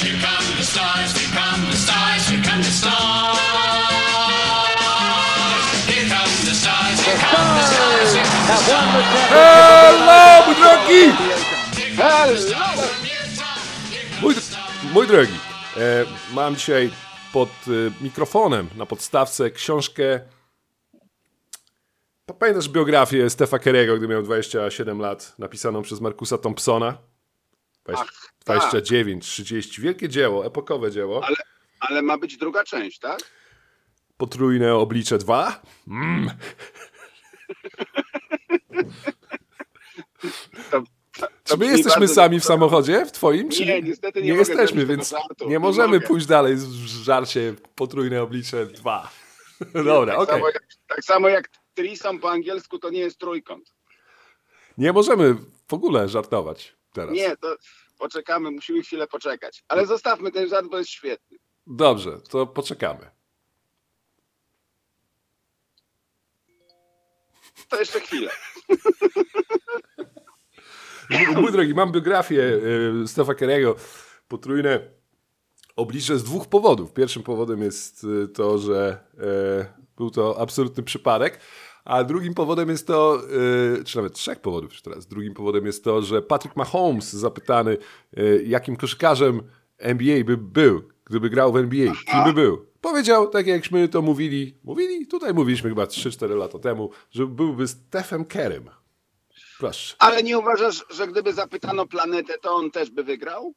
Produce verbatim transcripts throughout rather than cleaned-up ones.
here come the stars, here come the stars, here come the stars. Here come the stars, here come the stars, here come the stars. Hello, mój drogi! Mój, mój drogi, e, mam dzisiaj pod e, mikrofonem na podstawce książkę. Pamiętasz biografię Stefa Kerego, gdy miał dwadzieścia siedem lat, napisaną przez Markusa Thompsona? Ach, dwadzieścia dziewięć, trzydzieści. Wielkie dzieło, epokowe dzieło. Ale, ale ma być druga część, tak? Potrójne oblicze dwa. Mm. To, to, Czy my jesteśmy sami w dobrze. samochodzie? W twoim? Czy Nie, niestety nie, nie mogę jesteśmy, zrobić więc tego żartu. nie Nie możemy mogę. pójść dalej w żarcie potrójne oblicze dwa. Dobra, tak, okej. samo jak, tak samo jak trisom po angielsku to nie jest trójkąt. Nie możemy w ogóle żartować teraz. Nie, to poczekamy, musimy chwilę poczekać. Ale zostawmy ten żart, bo jest świetny. Dobrze, to poczekamy. To jeszcze chwilę. Mój drogi, mam biografię y, Stefa Kerego, potrójne oblicze z dwóch powodów. Pierwszym powodem jest y, to, że y, był to absolutny przypadek, a drugim powodem jest to, y, czy nawet trzech powodów już teraz, drugim powodem jest to, że Patrick Mahomes, zapytany y, jakim koszykarzem N B A by był, gdyby grał w N B A, kim by był, powiedział, tak jakśmy to mówili, mówili, tutaj mówiliśmy chyba trzy cztery lata temu, że byłby Stephem Kerem. Proszę. Ale nie uważasz, że gdyby zapytano planetę, to on też by wygrał?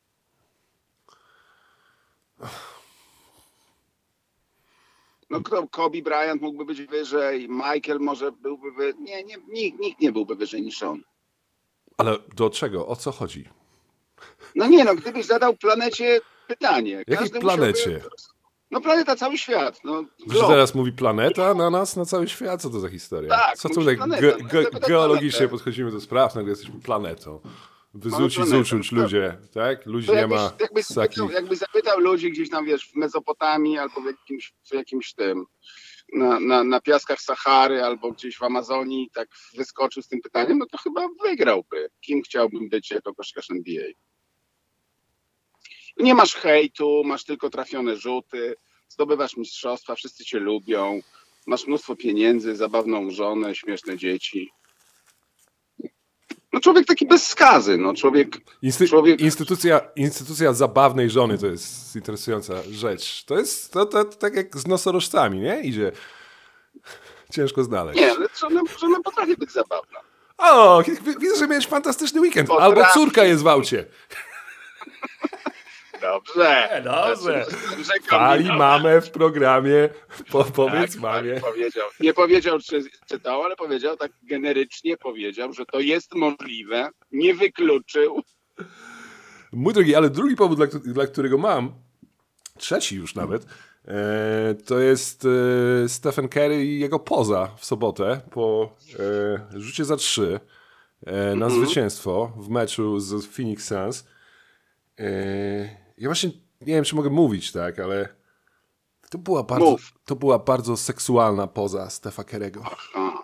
No kto, Kobe Bryant mógłby być wyżej, Michael może byłby wyżej. Nie, nie, nikt, nikt nie byłby wyżej niż on. Ale do czego? O co chodzi? No nie no, gdybyś zadał planecie pytanie. Jakiej każdy planecie? musiałby- No planeta, cały świat. No, Że glob. teraz mówi planeta na nas, na cały świat? Co to za historia? Tak, Co to mówi tak planeta, ge- no, ge- zapytaj geologicznie planetę. podchodzimy do spraw, nagle jesteśmy planetą. Wyzuci, Mamy planetę, zuczuć tak. ludzie, tak? Ludzi To nie jakbyś, ma jakbyś, ssaki. zapytał, jakbyś zapytał ludzi gdzieś tam, wiesz, w Mezopotamii albo w jakimś, w jakimś tym, na, na, na piaskach Sahary albo gdzieś w Amazonii, tak wyskoczył z tym pytaniem, no to chyba wygrałby. Kim chciałbym być jako koszykarz N B A? Nie masz hejtu, masz tylko trafione rzuty, zdobywasz mistrzostwa, wszyscy cię lubią, masz mnóstwo pieniędzy, zabawną żonę, śmieszne dzieci. No człowiek taki bez skazy, no człowiek... Insty- człowiek... instytucja, instytucja zabawnej żony to jest interesująca rzecz. To jest to, to, to tak jak z nosorożcami, nie? Idzie. Ciężko znaleźć. Nie, ale żona, żona potrafi być zabawna. O, widzę, że miałeś fantastyczny weekend. Potrafi. Albo córka jest w aucie. Dobrze. Dobrze. Dobrze Chwali kombinował. mamę w programie. Po, powiedz Tak, mamie. tak, powiedział. Nie powiedział, czy czytał, ale powiedział, tak generycznie powiedział, że to jest możliwe. Nie wykluczył. Mój drogi, ale drugi powód, dla, dla którego mam, trzeci już nawet, e, to jest e, Stephen Curry i jego poza w sobotę po e, rzucie za trzy e, na zwycięstwo w meczu z Phoenix Suns. E, ja właśnie nie wiem, czy mogę mówić, tak, ale to była bardzo, Mów. to była bardzo seksualna poza Stefa Curry'ego. A.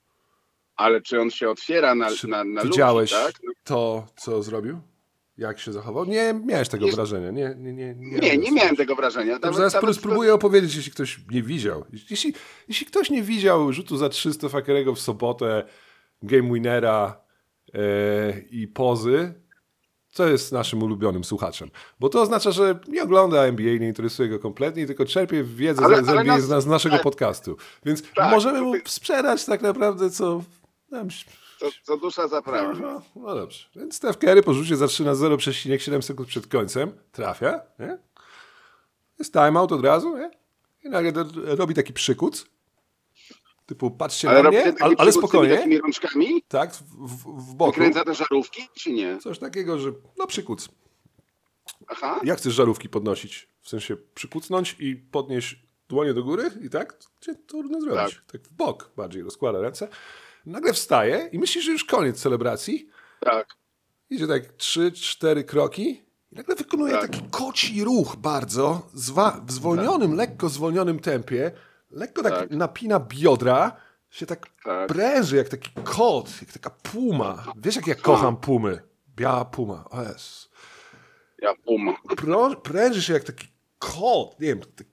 Ale czy on się otwiera na, Czy na, na widziałeś ludzi, tak? to, co zrobił? Jak się zachował? Nie miałeś tego Jest- wrażenia. Nie, nie, nie, nie, Nie, nie miałem tego wrażenia. Dobrze, zaraz Nawet- spróbuję opowiedzieć, jeśli ktoś nie widział. Jeśli, jeśli ktoś nie widział rzutu za trzy Stefa Curry'ego w sobotę, game winnera e, i pozy, to jest naszym ulubionym słuchaczem. Bo to oznacza, że nie ogląda N B A, nie interesuje go kompletnie, tylko czerpie wiedzę Ale- z, z ale N B A nas- z, z naszego tak. podcastu. Więc Tak, możemy to mu ty- sprzedać tak naprawdę, co... Tam, Co, co dusza zaprawi. no, no dobrze. Więc Steph Curry po rzucie za trzy na zero przecinek siedem sekund przed końcem trafia, nie? Jest timeout od razu, nie? I nagle do- robi taki przykuc. Typu, patrzcie Ale na robi mnie, ten taki ale, ale przywód z tymi spokojnie. takimi rączkami? Tak, w, w, w boku. Wykręca te żarówki, czy nie? Coś takiego, że no przykuc. Aha. Jak chcesz żarówki podnosić? W sensie przykucnąć i podnieść dłonie do góry i tak? Cię trudno zrobić. Tak. tak w bok bardziej rozkłada ręce. Nagle wstaje i myśli, że już koniec celebracji. Tak. Idzie tak trzy, cztery kroki i nagle wykonuje Tak. taki koci ruch bardzo, zwa, w zwolnionym, lekko zwolnionym tempie, lekko tak, Tak. napina biodra, się tak, Tak. pręży jak taki kot, jak taka puma. Wiesz, jak ja kocham pumy? Biała puma, o jest. Ja puma. Pro, pręży się jak taki Colt, nie wiem, taki,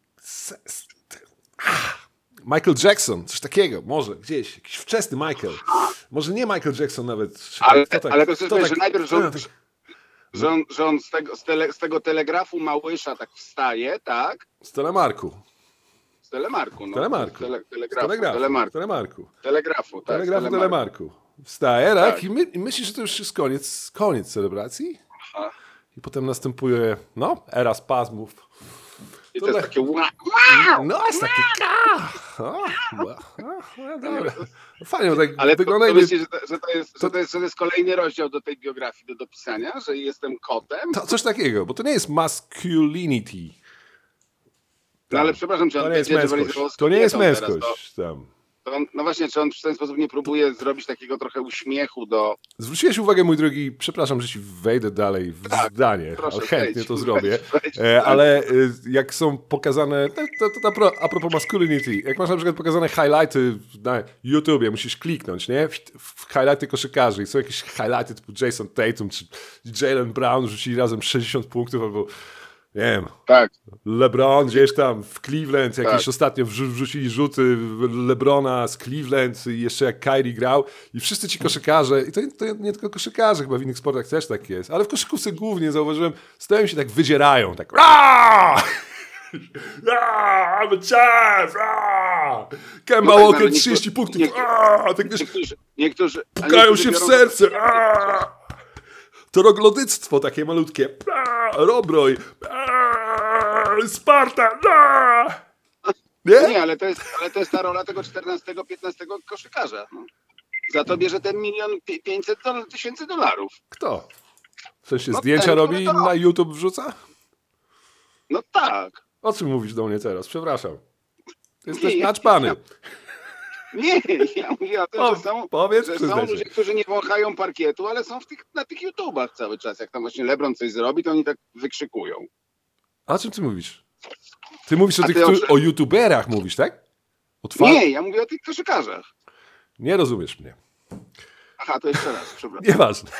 ah, Michael Jackson, coś takiego, może gdzieś, jakiś wczesny Michael. Może nie Michael Jackson nawet. Ale, tak, ale to jest, kto wiesz, tak, że najpierw, że on, tak, że on, że on z, tego, z, tele, z tego telegrafu Małysza tak wstaje, tak? z telemarku. Z telemarku, no. Telemarku. Z tele, Z telegrafu, telegrafu. telemarku. Telemarku. Telegrafu, tak. Telegrafu, z telemarku. telemarku. Wstaje, tak? Tak. I, my, I myślisz, że to już jest koniec, koniec celebracji? Aha. I potem następuje, no, era spazmów. I To to jest le- takie wow, No, jest taki ka. O, o, o, dobra. Fajnie, bo tak ale to, wygląda to jakby... myślisz, że to, że, to jest, że, to jest, że to jest kolejny rozdział do tej biografii do dopisania, że jestem kotem? To, coś takiego, bo to nie jest masculinity. No ale przepraszam, czy To on nie jest będzie rywalizował męskość. z To nie jest kobietą teraz, męskość. Tam. To, to on, no właśnie, czy on w ten sposób nie próbuje zrobić takiego trochę uśmiechu do... Zwróciłeś uwagę, mój drogi, przepraszam, że ci wejdę dalej w Tak, zdanie, proszę, ale chętnie wejdź, to wejdź, zrobię, wejdź, e, tak. ale e, jak są pokazane, to, to, to a, pro, a propos masculinity, jak masz na przykład pokazane highlighty na YouTubie, musisz kliknąć, nie, w, w highlighty koszykarzy i są jakieś highlighty typu Jason Tatum czy Jaylen Brown rzucili razem sześćdziesiąt punktów albo, nie wiem, Tak, LeBron gdzieś tam w Cleveland, jakieś Tak. ostatnio wrzu- wrzucili rzuty LeBrona z Cleveland i jeszcze jak Kyrie grał i wszyscy ci koszykarze, i to, to nie tylko koszykarze, chyba w innych sportach też tak jest, ale w koszykówce głównie zauważyłem, stoją się tak wydzierają, tak Aaaa! Aaaa! I'm a champ! Aaaa! Kemba No tak, Walker ale trzydzieści niektórzy- punktów, niektórzy- Aaaa! Tak wiesz, niektórzy, niektórzy, a pukają niektórzy się w biorą- serce, Aaaa! To roglodyctwo takie malutkie, Aaaa! Robroj, Aaaa! Sparta! Aaaa! Nie? Nie, ale to jest, ale to jest ta rola tego czternastego, piętnastego koszykarza. No. Za to bierze ten milion pi- pięćset dol- tysięcy dolarów. Kto? W sensie No zdjęcia ten, robi który i to na robi. YouTube wrzuca? No tak. O czym mówisz do mnie teraz? Przepraszam. Ty jesteś Nie, naćpany. Nie, ja mówię o tym, O, że są, powiedz, że przyznaj są się. ludzie, którzy nie wąchają parkietu, ale są w tych, na tych YouTubach cały czas. Jak tam właśnie LeBron coś zrobi, to oni tak wykrzykują. A o czym ty mówisz? Ty mówisz o A tych, ty o którzy- czym? o YouTuberach mówisz, tak? O twa- Nie, ja mówię o tych koszykarzach. Nie rozumiesz mnie. Aha, to jeszcze raz, przepraszam. Nieważne.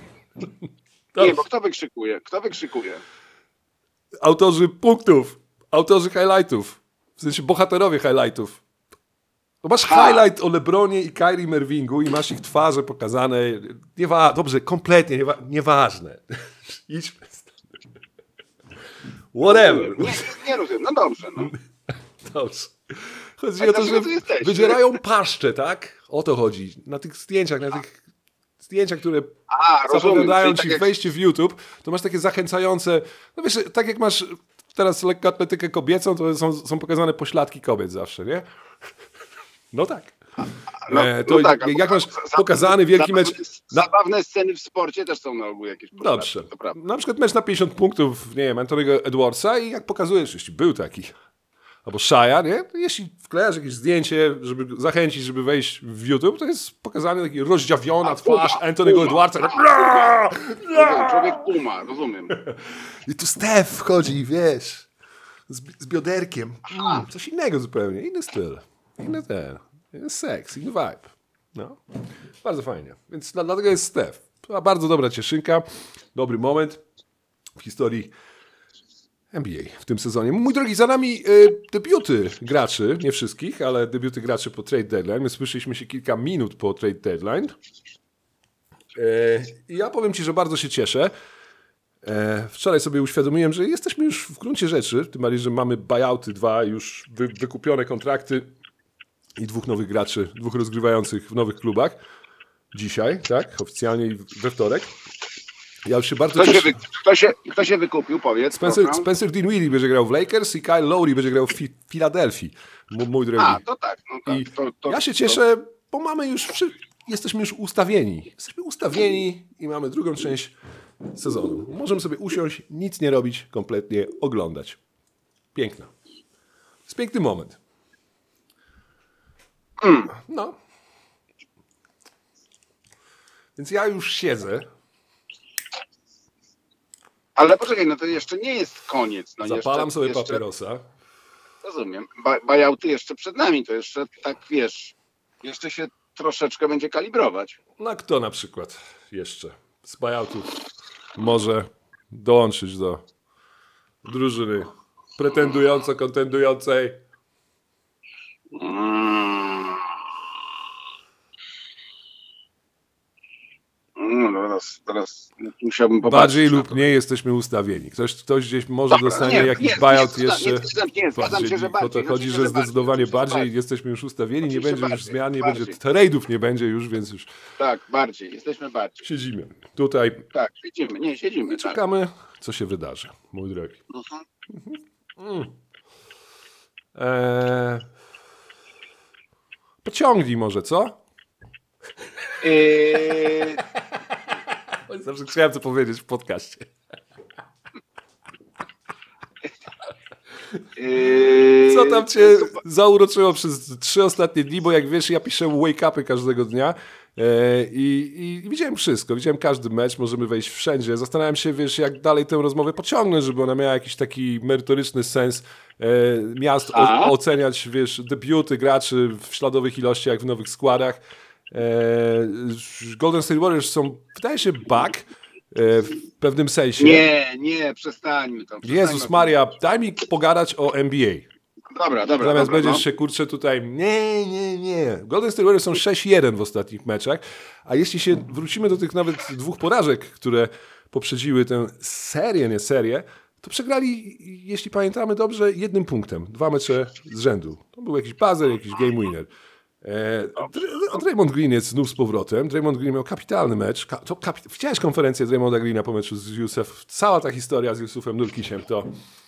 Nie, bo kto wykrzykuje? Kto wykrzykuje? Autorzy punktów, autorzy highlightów, w sensie bohaterowie highlightów. No masz Ha. highlight o LeBronie i Kyrie Mervingu i masz ich twarze pokazane. Niewa- dobrze, kompletnie niewa- nieważne. Idź. Whatever. Nie, nie, nie rozumiem. No dobrze, no. Dobrze. Chodzi Ale o to, dlaczego że tu jesteśmy? wydzierają paszcze, tak? O to chodzi. Na tych zdjęciach, na tych zdjęciach, które A, rozumiem. zapowiadają Czyli ci tak jak- wejście w YouTube, to masz takie zachęcające, no wiesz, tak jak masz teraz lekkoatletykę kobiecą, to są, są pokazane pośladki kobiet zawsze, nie? No tak. No, E, to no tak, jak albo- masz za- pokazany wielki mecz... Zabawne, Na, zabawne sceny w sporcie też są na ogół jakieś pośladki, dobrze. to prawda. Na przykład mecz na pięćdziesiąt punktów, nie wiem, Antoniego Edwardsa i jak pokazujesz, jeśli był taki, albo Shaya, nie? To jeśli wklejasz jakieś zdjęcie, żeby zachęcić, żeby wejść w YouTube, to jest pokazany taki rozdziawiona A, twarz Puma, Antoniego Puma. Edwardsa. Tak, Człowiek, człowiek puma, rozumiem. I tu Steph wchodzi, wiesz, z, z bioderkiem. Mm, coś innego zupełnie, inny styl, inny ten, inny seks, inny vibe. No, bardzo fajnie. Więc dla- dlatego jest Steph. Była bardzo dobra cieszynka, dobry moment w historii N B A w tym sezonie. Mój drogi, za nami y, debiuty graczy, nie wszystkich, ale debiuty graczy po trade deadline. My słyszeliśmy się kilka minut po trade deadline. Y, I ja powiem ci, że bardzo się cieszę. E, wczoraj sobie uświadomiłem, że jesteśmy już w gruncie rzeczy, tym bardziej, że mamy buyouty dwa, już wy, wykupione kontrakty i dwóch nowych graczy, dwóch rozgrywających w nowych klubach. Dzisiaj, tak? Oficjalnie i we wtorek. Ja już się bardzo Kto się, cieszę. wy, kto, się, kto się wykupił, powiedz. Spencer, proszę. Spencer Dinwiddie będzie grał w Lakers i Kyle Lowry będzie grał w Fi- Filadelfii. M- mój drogi. A, to tak. No tak I to, to, ja się to- cieszę, bo mamy już, wszy- jesteśmy już ustawieni. Jesteśmy ustawieni i mamy drugą część sezonu. Możemy sobie usiąść, nic nie robić, kompletnie oglądać. Piękno. To jest piękny moment. No. Więc ja już siedzę, Ale poczekaj, no to jeszcze nie jest koniec. No zapalam jeszcze, sobie jeszcze, papierosa. Rozumiem. Ba, buyouty jeszcze przed nami, to jeszcze tak, wiesz, jeszcze się troszeczkę będzie kalibrować. No a kto na przykład jeszcze z buyoutów może dołączyć do drużyny pretendująco-kontendującej. Mm. No teraz, teraz musiałbym popatrzeć. Bardziej lub mniej jesteśmy ustawieni. Ktoś, ktoś gdzieś może Dobra, dostanie nie, jakiś nie, buyout nie, jeszcze. Nie, nie, nie, zgadzam się, że bardziej. O to chodzi, Oczywiście, że zdecydowanie bardziej, bardziej bardziej. jesteśmy już ustawieni, nie Oczywiście będzie już bardziej, zmian, nie bardziej. będzie trade'ów, nie będzie już, więc już Tak, bardziej, jesteśmy bardziej. siedzimy. Tutaj Tak, siedzimy, nie, siedzimy. Tak. czekamy, co się wydarzy, mój drogi. Mhm. Mm. Eee... Pociągnij może, co? Yy, Zawsze chciałem to powiedzieć w podcaście. yy, Co tam cię zauroczyło przez trzy ostatnie dni, bo jak wiesz, ja piszę wake-upy każdego dnia e, i, i widziałem wszystko, widziałem każdy mecz, możemy wejść wszędzie. Zastanawiam się, wiesz, jak dalej tę rozmowę pociągnąć, żeby ona miała jakiś taki merytoryczny sens e, miast, o, oceniać, wiesz, debiuty graczy w śladowych ilościach, w nowych składach. E, Golden State Warriors są, wydaje się, back e, w pewnym sensie. Nie, nie, przestańmy to. Przestańmy Jezus to. Maria, daj mi pogadać o N B A. Dobra, dobra. Zamiast dobra, będziesz no. się, kurczę, tutaj nie, nie, nie. Golden State Warriors są sześć jeden w ostatnich meczach, a jeśli się wrócimy do tych nawet dwóch porażek, które poprzedziły tę serię, nie serię, to przegrali, jeśli pamiętamy dobrze, jednym punktem. Dwa mecze z rzędu. To był jakiś buzzer, jakiś game winner. E, Dr- Draymond Green jest znów z powrotem. Draymond Green miał kapitalny mecz. Ka- to kapi- Widziałeś konferencję Draymonda Greena po meczu z Jusuf? Cała ta historia z Jusufem Nurkiciem to...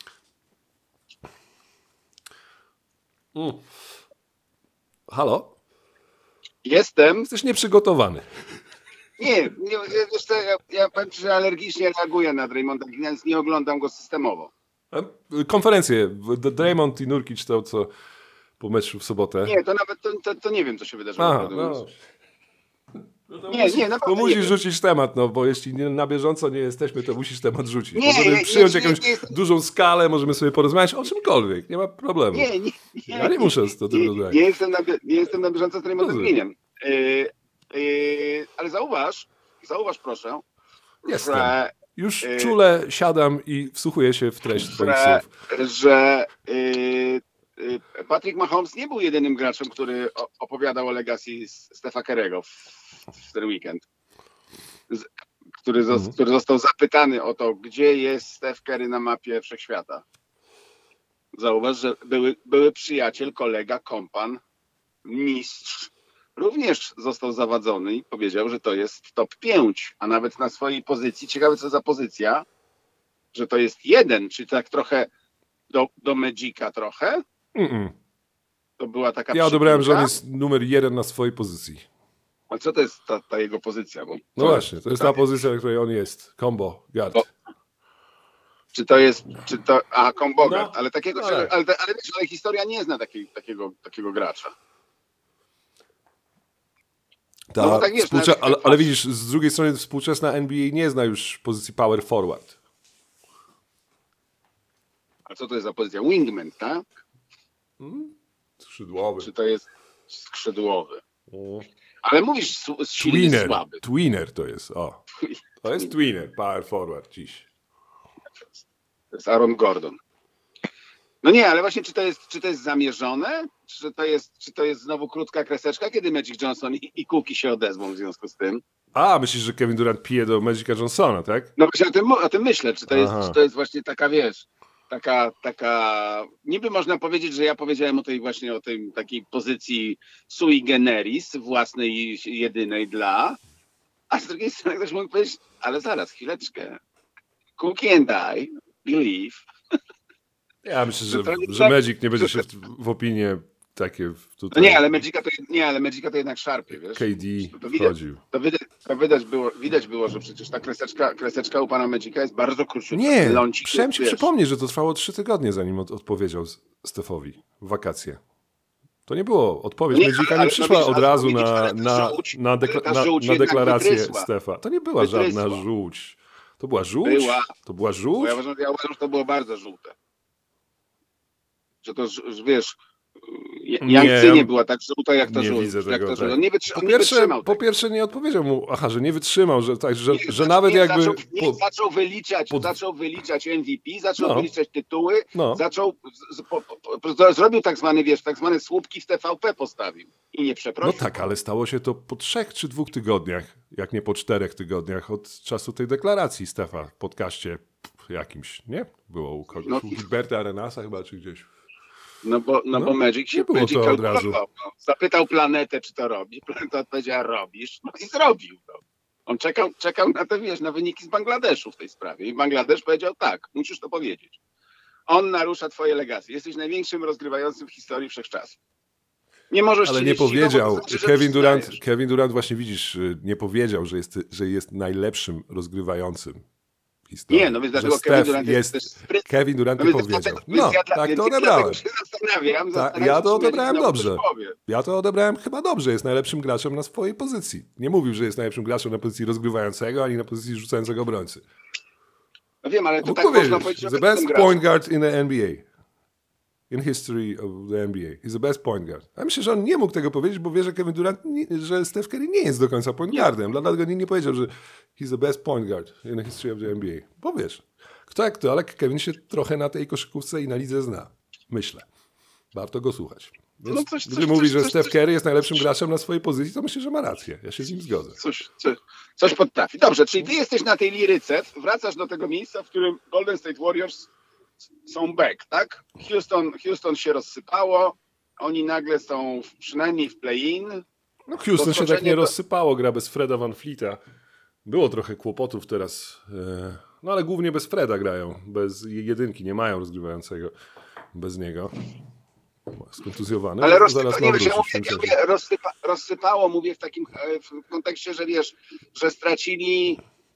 Mm. Halo? Jestem. Jesteś nieprzygotowany. Nie, nie wiesz co, ja, ja powiem ci, że alergicznie reaguję na Draymonda Greena, więc nie oglądam go systemowo. Konferencje. D- Draymond i Nurkic to co po meczu w sobotę. Nie, to nawet to, to, to nie wiem, co się wydarzyło. Aha, prawdę no. mówiąc. No to Nie, musisz, nie, naprawdę to musisz nie. rzucić temat, no bo jeśli nie, na bieżąco nie jesteśmy, to musisz temat rzucić. Nie, możemy nie, przyjąć nie, jakąś nie jestem- dużą skalę, możemy sobie porozmawiać o czymkolwiek, nie ma problemu. Nie, nie, nie. Ja nie muszę z to tym nie, rozmawiać. nie, jestem na, bie- nie jestem na bieżąco z Draymondem Rozumiem. Greenem. Yy, yy, ale zauważ, zauważ proszę, Jestem. że, Już Yy. czule siadam i wsłuchuję się w treść twoich że, słów. że yy, yy, Patrick Mahomes nie był jedynym graczem, który o, opowiadał o legacy Stefa Kerego w, w ten weekend. Z, który, zos, Mhm. który został zapytany o to, gdzie jest Steph Curry na mapie wszechświata. Zauważ, że były, były przyjaciel, kolega, kompan, mistrz również został zawadzony i powiedział, że to jest top pięć, a nawet na swojej pozycji, ciekawe co za pozycja, że to jest jeden, czyli tak trochę do, do Magica trochę, Mm-mm. to była taka Ja odebrałem, że on przypinka. jest numer jeden na swojej pozycji. A co to jest ta, ta jego pozycja? Bo, No właśnie, to jest ta pozycja, na której on jest. Combo, guard. Bo- Czy to jest, czy to, a Kombogard, No, ale takiego, no ale, tak. ale, ale wiesz, ale historia nie zna takiej, takiego, takiego gracza. Ta no bo tak wiesz, współcze- nawet- ale, ale widzisz, z drugiej strony współczesna N B A nie zna już pozycji power forward. A co to jest za pozycja? Wingman, tak? Skrzydłowy. Czy to jest skrzydłowy? O. Ale mówisz, su- silny, Tweener. słaby. Tweener to jest, o. To jest tweener, power forward dziś. To jest Aaron Gordon. No nie, ale właśnie czy to jest, czy to jest zamierzone? Czy to jest, czy to jest znowu krótka kreseczka, kiedy Magic Johnson i, i Cookie się odezwą w związku z tym? A, myślisz, że Kevin Durant pije do Magica Johnsona, tak? No właśnie o tym, o tym myślę, czy to, jest, Aha. czy to jest właśnie taka, wiesz, taka, taka, niby można powiedzieć, że ja powiedziałem o tej właśnie, o tej takiej pozycji sui generis, własnej, jedynej dla, a z drugiej strony ktoś mógł powiedzieć, ale zaraz, chwileczkę, Cookie and I believe. Ja myślę, że, Że to nie że tak- Magic nie będzie że- się w, w opinie takie No tutaj... nie, ale Magica to, nie, ale Magica to jednak szarpie, wiesz. K D to widać, wchodził. to, widać, to widać, było, widać było, że przecież ta kreseczka, kreseczka u pana Magica jest bardzo króciutka. Nie, Lącik, chciałem ci wiesz. przypomnieć, że to trwało trzy tygodnie, zanim od, odpowiedział S- Stefowi w wakacje. To nie było, odpowiedź Nie, Magica ale- nie ale przyszła widzisz, od ale razu widzisz, na, ale ta na, żółć- na, dekla- ta na, żółć na jednak deklarację wytrysła. Stefa. To nie była Wytrysła. żadna żółć. To była żółć? Była. To była Bo żółć? ja uważam, ja uważam, że to było bardzo żółte. Że to, że, wiesz, Yangtze nie była tak żółta jak ta nie żółta. widzę tego, jak tak. on nie, wytrzy- po, on pierwsze, nie wytrzymał. po tego. pierwsze nie odpowiedział mu, aha, że nie wytrzymał, że, tak, że, Nie, że znaczy, nawet nie, jakby... Zaczął, nie, po, zaczął, wyliczać, pod- zaczął wyliczać M V P, zaczął No. wyliczać tytuły, No. zaczął, z, z, po, po, po, zrobił tak zwany, wiesz, tak zwane słupki w T V P postawił i nie no przeprosił. tak, ale stało się to po trzech czy dwóch tygodniach, jak nie po czterech tygodniach od czasu tej deklaracji Stefa w podcaście jakimś, nie? Było u kogoś, No. u Gilberta Arenasa chyba, czy gdzieś. No bo, no No, bo Magic się nie było Magic to od kalkulował, razu. No. Zapytał planetę, czy to robi. Planeta odpowiedziała, robisz. No i zrobił to. On czekał, czekał na te, wiesz, na wyniki z Bangladeszu w tej sprawie. I Bangladesz powiedział, tak, musisz to powiedzieć. On narusza twoje legacje. Jesteś największym rozgrywającym w historii wszechczasów. Nie możesz Ale się nie siłą, powiedział, bo to znaczy, że Kevin Durant, przystajesz. Kevin Durant właśnie widzisz, nie powiedział, że jest, że jest najlepszym rozgrywającym w historii. Nie, no więc Że dlatego Steph Kevin Durant jest, jest, też sprytny. Kevin Durant No nie więc powiedział. dlatego- więc No, ja dla- tak więc to ja odebrałem. dlatego się zastanawiam, Tak, zastanawiam ja się, to czy Magic odebrałem znowu dobrze. coś powie. Ja to odebrałem chyba dobrze. Jest najlepszym graczem na swojej pozycji. Nie mówił, że jest najlepszym graczem na pozycji rozgrywającego, ani na pozycji rzucającego obrońcy. No wiem, ale to Mógł tak można powiedzieć, powiedzieć o the każdym best graczu. point guard in the N B A. In history of the N B A. He's the best point guard. A myślę, że on nie mógł tego powiedzieć, bo wie, że Kevin Durant, nie, że Steph Curry nie jest do końca point guardem. Dlatego nikt nie powiedział, że he's the best point guard in the history of the N B A. Bo wiesz, kto jak kto, ale Kevin się trochę na tej koszykówce i na lidze zna. Myślę. Warto go słuchać. Więc No coś- gdy coś- mówi, coś- że coś- Steph coś- Curry jest najlepszym graczem na swojej pozycji, to myślę, że ma rację. Ja się z nim zgodzę. Coś, coś, coś potrafi. Dobrze, czyli ty jesteś na tej liryce, wracasz do tego miejsca, w którym Golden State Warriors są back, tak? Houston, Houston się rozsypało, oni nagle są w, przynajmniej w play-in. No Houston się tak Doskoczenie nie do- rozsypało, gra bez Freda Van Fleeta. Było trochę kłopotów teraz, e, no ale głównie bez Freda grają, bez jedynki, nie mają rozgrywającego bez niego. Skontuzjowany. Ale No, rozsypa, zaraz nie ma wiesz, ja wrócić w mówię, tym ja sensie. mówię rozsypa, rozsypało, mówię w takim e, w kontekście, że wiesz, że stracili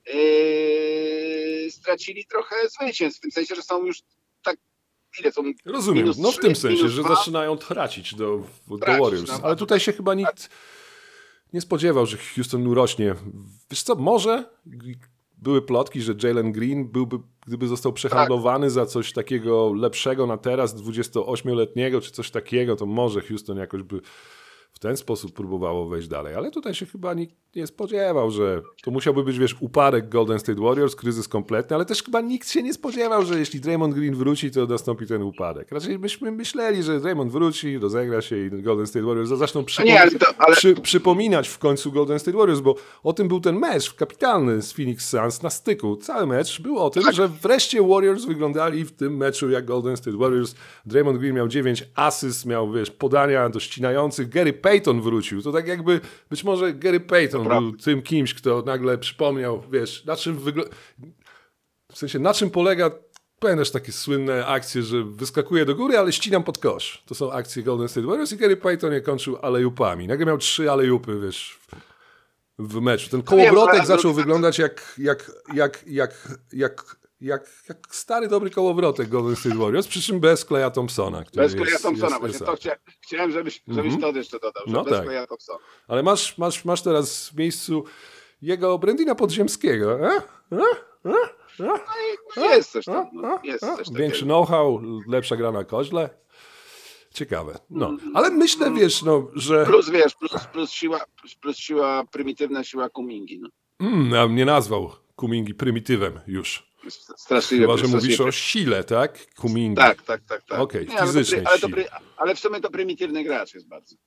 yy, stracili trochę zwycięstw, w tym sensie, że są już tak, ile są? Rozumiem, minus no w trzy, tym sensie, minus że dwa. zaczynają tracić do, do Tracić, Warriors. no. Ale tutaj się chyba nikt nie spodziewał, że Houston urośnie. Wiesz co, może były plotki, że Jalen Green byłby, gdyby został przehandlowany za coś takiego lepszego na teraz, dwudziestoośmioletniego czy coś takiego, to może Houston jakoś by w ten sposób próbowało wejść dalej. Ale tutaj się chyba nikt nie spodziewał, że to musiałby być, wiesz, upadek Golden State Warriors, kryzys kompletny, ale też chyba nikt się nie spodziewał, że jeśli Draymond Green wróci, to nastąpi ten upadek. Raczej myśmy myśleli, że Draymond wróci, rozegra się i Golden State Warriors zaczną przypo- nie, ale to- ale- przy, przypominać w końcu Golden State Warriors, bo o tym był ten mecz kapitalny z Phoenix Suns na styku. Cały mecz był o tym, Tak. że wreszcie Warriors wyglądali w tym meczu jak Golden State Warriors. Draymond Green miał dziewięć asyst, miał, wiesz, podania do ścinających. Gary Payton wrócił. To tak jakby, być może Gary Payton Dobra. był tym kimś, kto nagle przypomniał, wiesz, na czym wygląda... W sensie, na czym polega... Pamiętasz takie słynne akcje, że wyskakuje do góry, ale ścinam pod kosz. To są akcje Golden State Warriors i Gary Payton je kończył alejupami. Nagle miał trzy alejupy, wiesz, w meczu. Ten kołowrotek ale- zaczął wyglądać jak, jak, jak, jak, jak, jak, jak stary, dobry kołowrotek Golden State Warriors, przy czym bez Klaya Thompsona. Który Bez Klaya jest, Thompsona, jest, właśnie jest to chcia, chciałem, żebyś, żebyś to jeszcze dodał, że No bez tak. Klaya Thompsona. Ale masz, masz, masz teraz w miejscu jego Brandina Podziemskiego. E? E? E? E? No jest coś tam, no, jest coś takiego. Większy know-how, lepsza gra na koźle. Ciekawe. No, ale myślę, wiesz, no, że... Plus wiesz, plus, plus, siła, plus siła, prymitywna siła Kumingi. No. Mm, ja nie nazwał Kumingi prymitywem już. Straszliwie. Chyba, że straszliwie- mówisz o sile, tak? Kumingi. Tak, tak, tak. tak. Okej, Nie, ale to fizycznej pry- ale, to sile. pry- ale w sumie to prymitywny gracz jest bardzo.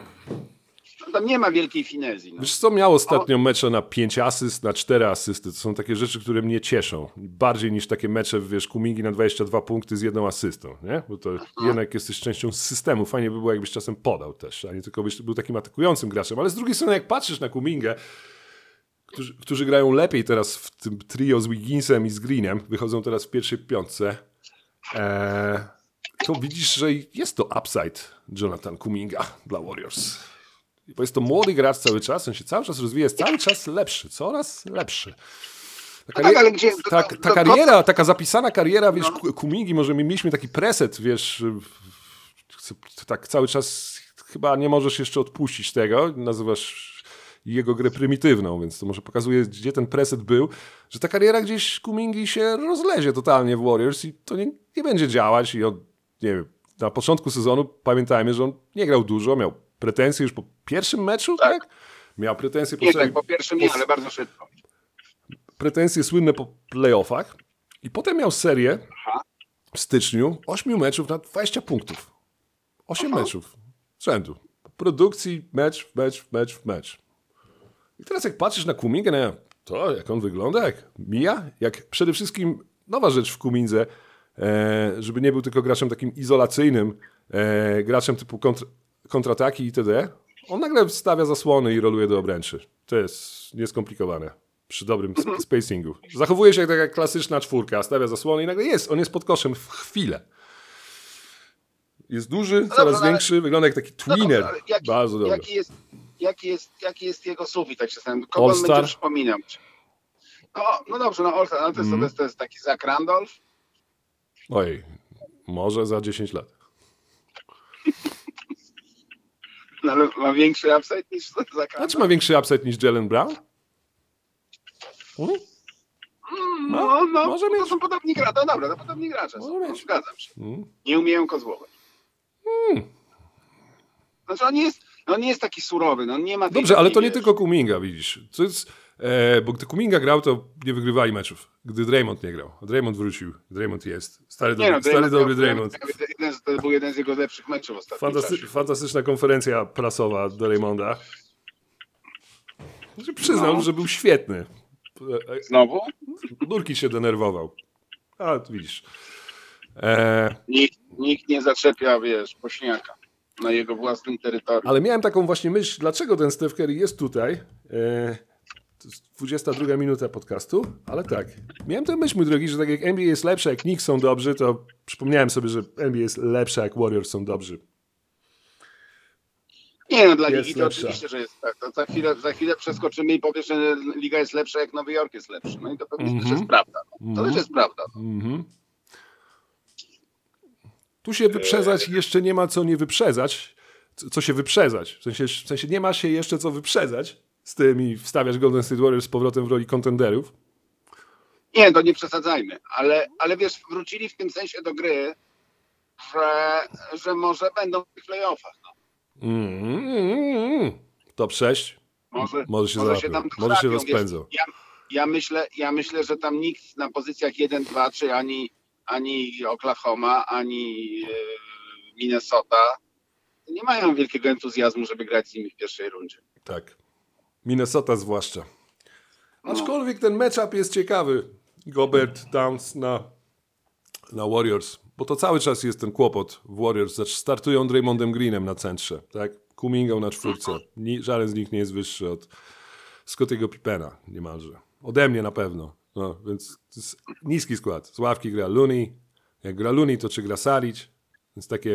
Tam nie ma wielkiej finezji. No. Wiesz co, miał ostatnio mecze na pięć asyst, na cztery asysty. To są takie rzeczy, które mnie cieszą. Bardziej niż takie mecze, wiesz, Kumingi na dwadzieścia dwa punkty z jedną asystą, nie? Bo to jednak jesteś częścią systemu. Fajnie by było, jakbyś czasem podał też, a nie tylko byś był takim atakującym graczem. Ale z drugiej strony, jak patrzysz na Kumingę, którzy, którzy grają lepiej teraz w tym trio z Wigginsem i z Greenem, wychodzą teraz w pierwszej piątce, e, to widzisz, że jest to upside Jonathan Kuminga dla Warriors. Bo jest to młody gracz cały czas, on się cały czas rozwija, jest cały czas lepszy, coraz lepszy. Ta, No tak, ale gdzie- ta, to- ta to- kariera, taka zapisana kariera, wiesz, no. Kumingi, może my mieliśmy taki preset, wiesz, tak cały czas chyba nie możesz jeszcze odpuścić tego, nazywasz jego grę prymitywną, więc to może pokazuje, gdzie ten preset był, że ta kariera gdzieś Kumingi się rozlezie totalnie w Warriors i to nie, nie będzie działać i on, nie wiem, na początku sezonu pamiętajmy, że on nie grał dużo, miał pretensje już po pierwszym meczu, tak? tak? Miał pretensje po Nie, tak, po pierwszym nie, ale bardzo szybko. Pretensje słynne po playoffach i potem miał serię Aha. w styczniu ośmiu meczów na dwadzieścia punktów. osiem Aha. meczów z rzędu. Produkcji mecz, mecz, mecz, mecz. I teraz jak patrzysz na Kumingę, no, to jak on wygląda, jak mija, jak przede wszystkim nowa rzecz w Kumindze, e, żeby nie był tylko graczem takim izolacyjnym, e, graczem typu kontr- kontrataki itd. On nagle stawia zasłony i roluje do obręczy. To jest nieskomplikowane przy dobrym sp- spacingu. Zachowuje się jak taka klasyczna czwórka, stawia zasłony i nagle jest, on jest pod koszem w chwilę. Jest duży, No coraz dobrze, większy, ale... wygląda jak taki tweener. No dobrze, jaki, Bardzo dobry. Jaki jest, jaki, jest, jaki jest jego sufit, tak się zastanawiam. Kogo on All-Star? będzie przypominał? No, no dobrze, no All-Star, no to, jest, Mhm. to, jest, to jest taki Zach Randolph. Oj, może za dziesięć lat. No, ale ma większy upside niż Zach A czy Randolph. ma większy upside niż Jalen Brown? Hmm? No, no, może to mieć. są podobni gracze. No dobra, to podobni gracze. Może są. No, mieć. zgadzam się. Hmm. Nie umieją kozłować. Znaczy on nie jest, on nie jest taki surowy, no on nie ma tej Dobrze, ale to nie wiesz, tylko Kuminga, widzisz. To jest, e, bo gdy Kuminga grał, to nie wygrywali meczów. Gdy Draymond nie grał. A Draymond wrócił. Draymond jest. Stary, Nie dobry, no, stary Draymond dobry miał- Draymond. jeden z- To był jeden z jego lepszych meczów w ostatnim Fantasty- czasie. fantastyczna konferencja prasowa do Raymonda. Znaczy, przyznał, No. że był świetny. E, Znowu? Nurki się denerwował. A, tu widzisz. E, Nikt, nikt nie zaczepia, wiesz, pośniaka na jego własnym terytorium. ale miałem taką właśnie myśl, dlaczego ten Steph Curry jest tutaj. E, to jest dwudziesta druga minuta podcastu, ale tak. Miałem tę myśl, mój drogi, że tak jak N B A jest lepsze, jak Knicks są dobrzy, to przypomniałem sobie, że N B A jest lepsze, jak Warriors są dobrzy. Nie no, dla jest ligi to lepsza. oczywiście, że jest tak. To za, chwilę, za chwilę przeskoczymy i powiesz, że liga jest lepsza, jak Nowy Jork jest lepszy. No i to pewnie Mhm. też jest prawda. No. To też jest prawda. No. Mhm. Tu się wyprzedzać jeszcze nie ma co nie wyprzedzać. Co, co się wyprzedzać? W sensie, w sensie nie ma się jeszcze co wyprzedzać z tym i wstawiać Golden State Warriors z powrotem w roli kontenderów. Nie, to nie przesadzajmy, ale, ale wiesz, wrócili w tym sensie do gry, że, że może będą w tych playoffach. No. Mm, top sześć. Może, Może się może się załapią. tam Może się trafią, wiesz. rozpędzą. Ja, ja, myślę, ja myślę, że tam nikt na pozycjach jeden, dwa, trzy, ani, ani Oklahoma, ani e, Minnesota nie mają wielkiego entuzjazmu, żeby grać z nimi w pierwszej rundzie. Tak. Minnesota zwłaszcza. Aczkolwiek ten matchup jest ciekawy. Gobert, Towns na, na Warriors. Bo to cały czas jest ten kłopot w Warriors. Znaczy startują Draymondem Greenem na centrze. Tak? Kumingą na czwórce. Ni, żaden z nich nie jest wyższy od Scottiego Pippena niemalże. Ode mnie na pewno. No, więc to jest niski skład. Z ławki gra Looney. Jak gra Looney, to czy gra Saric. Więc takie...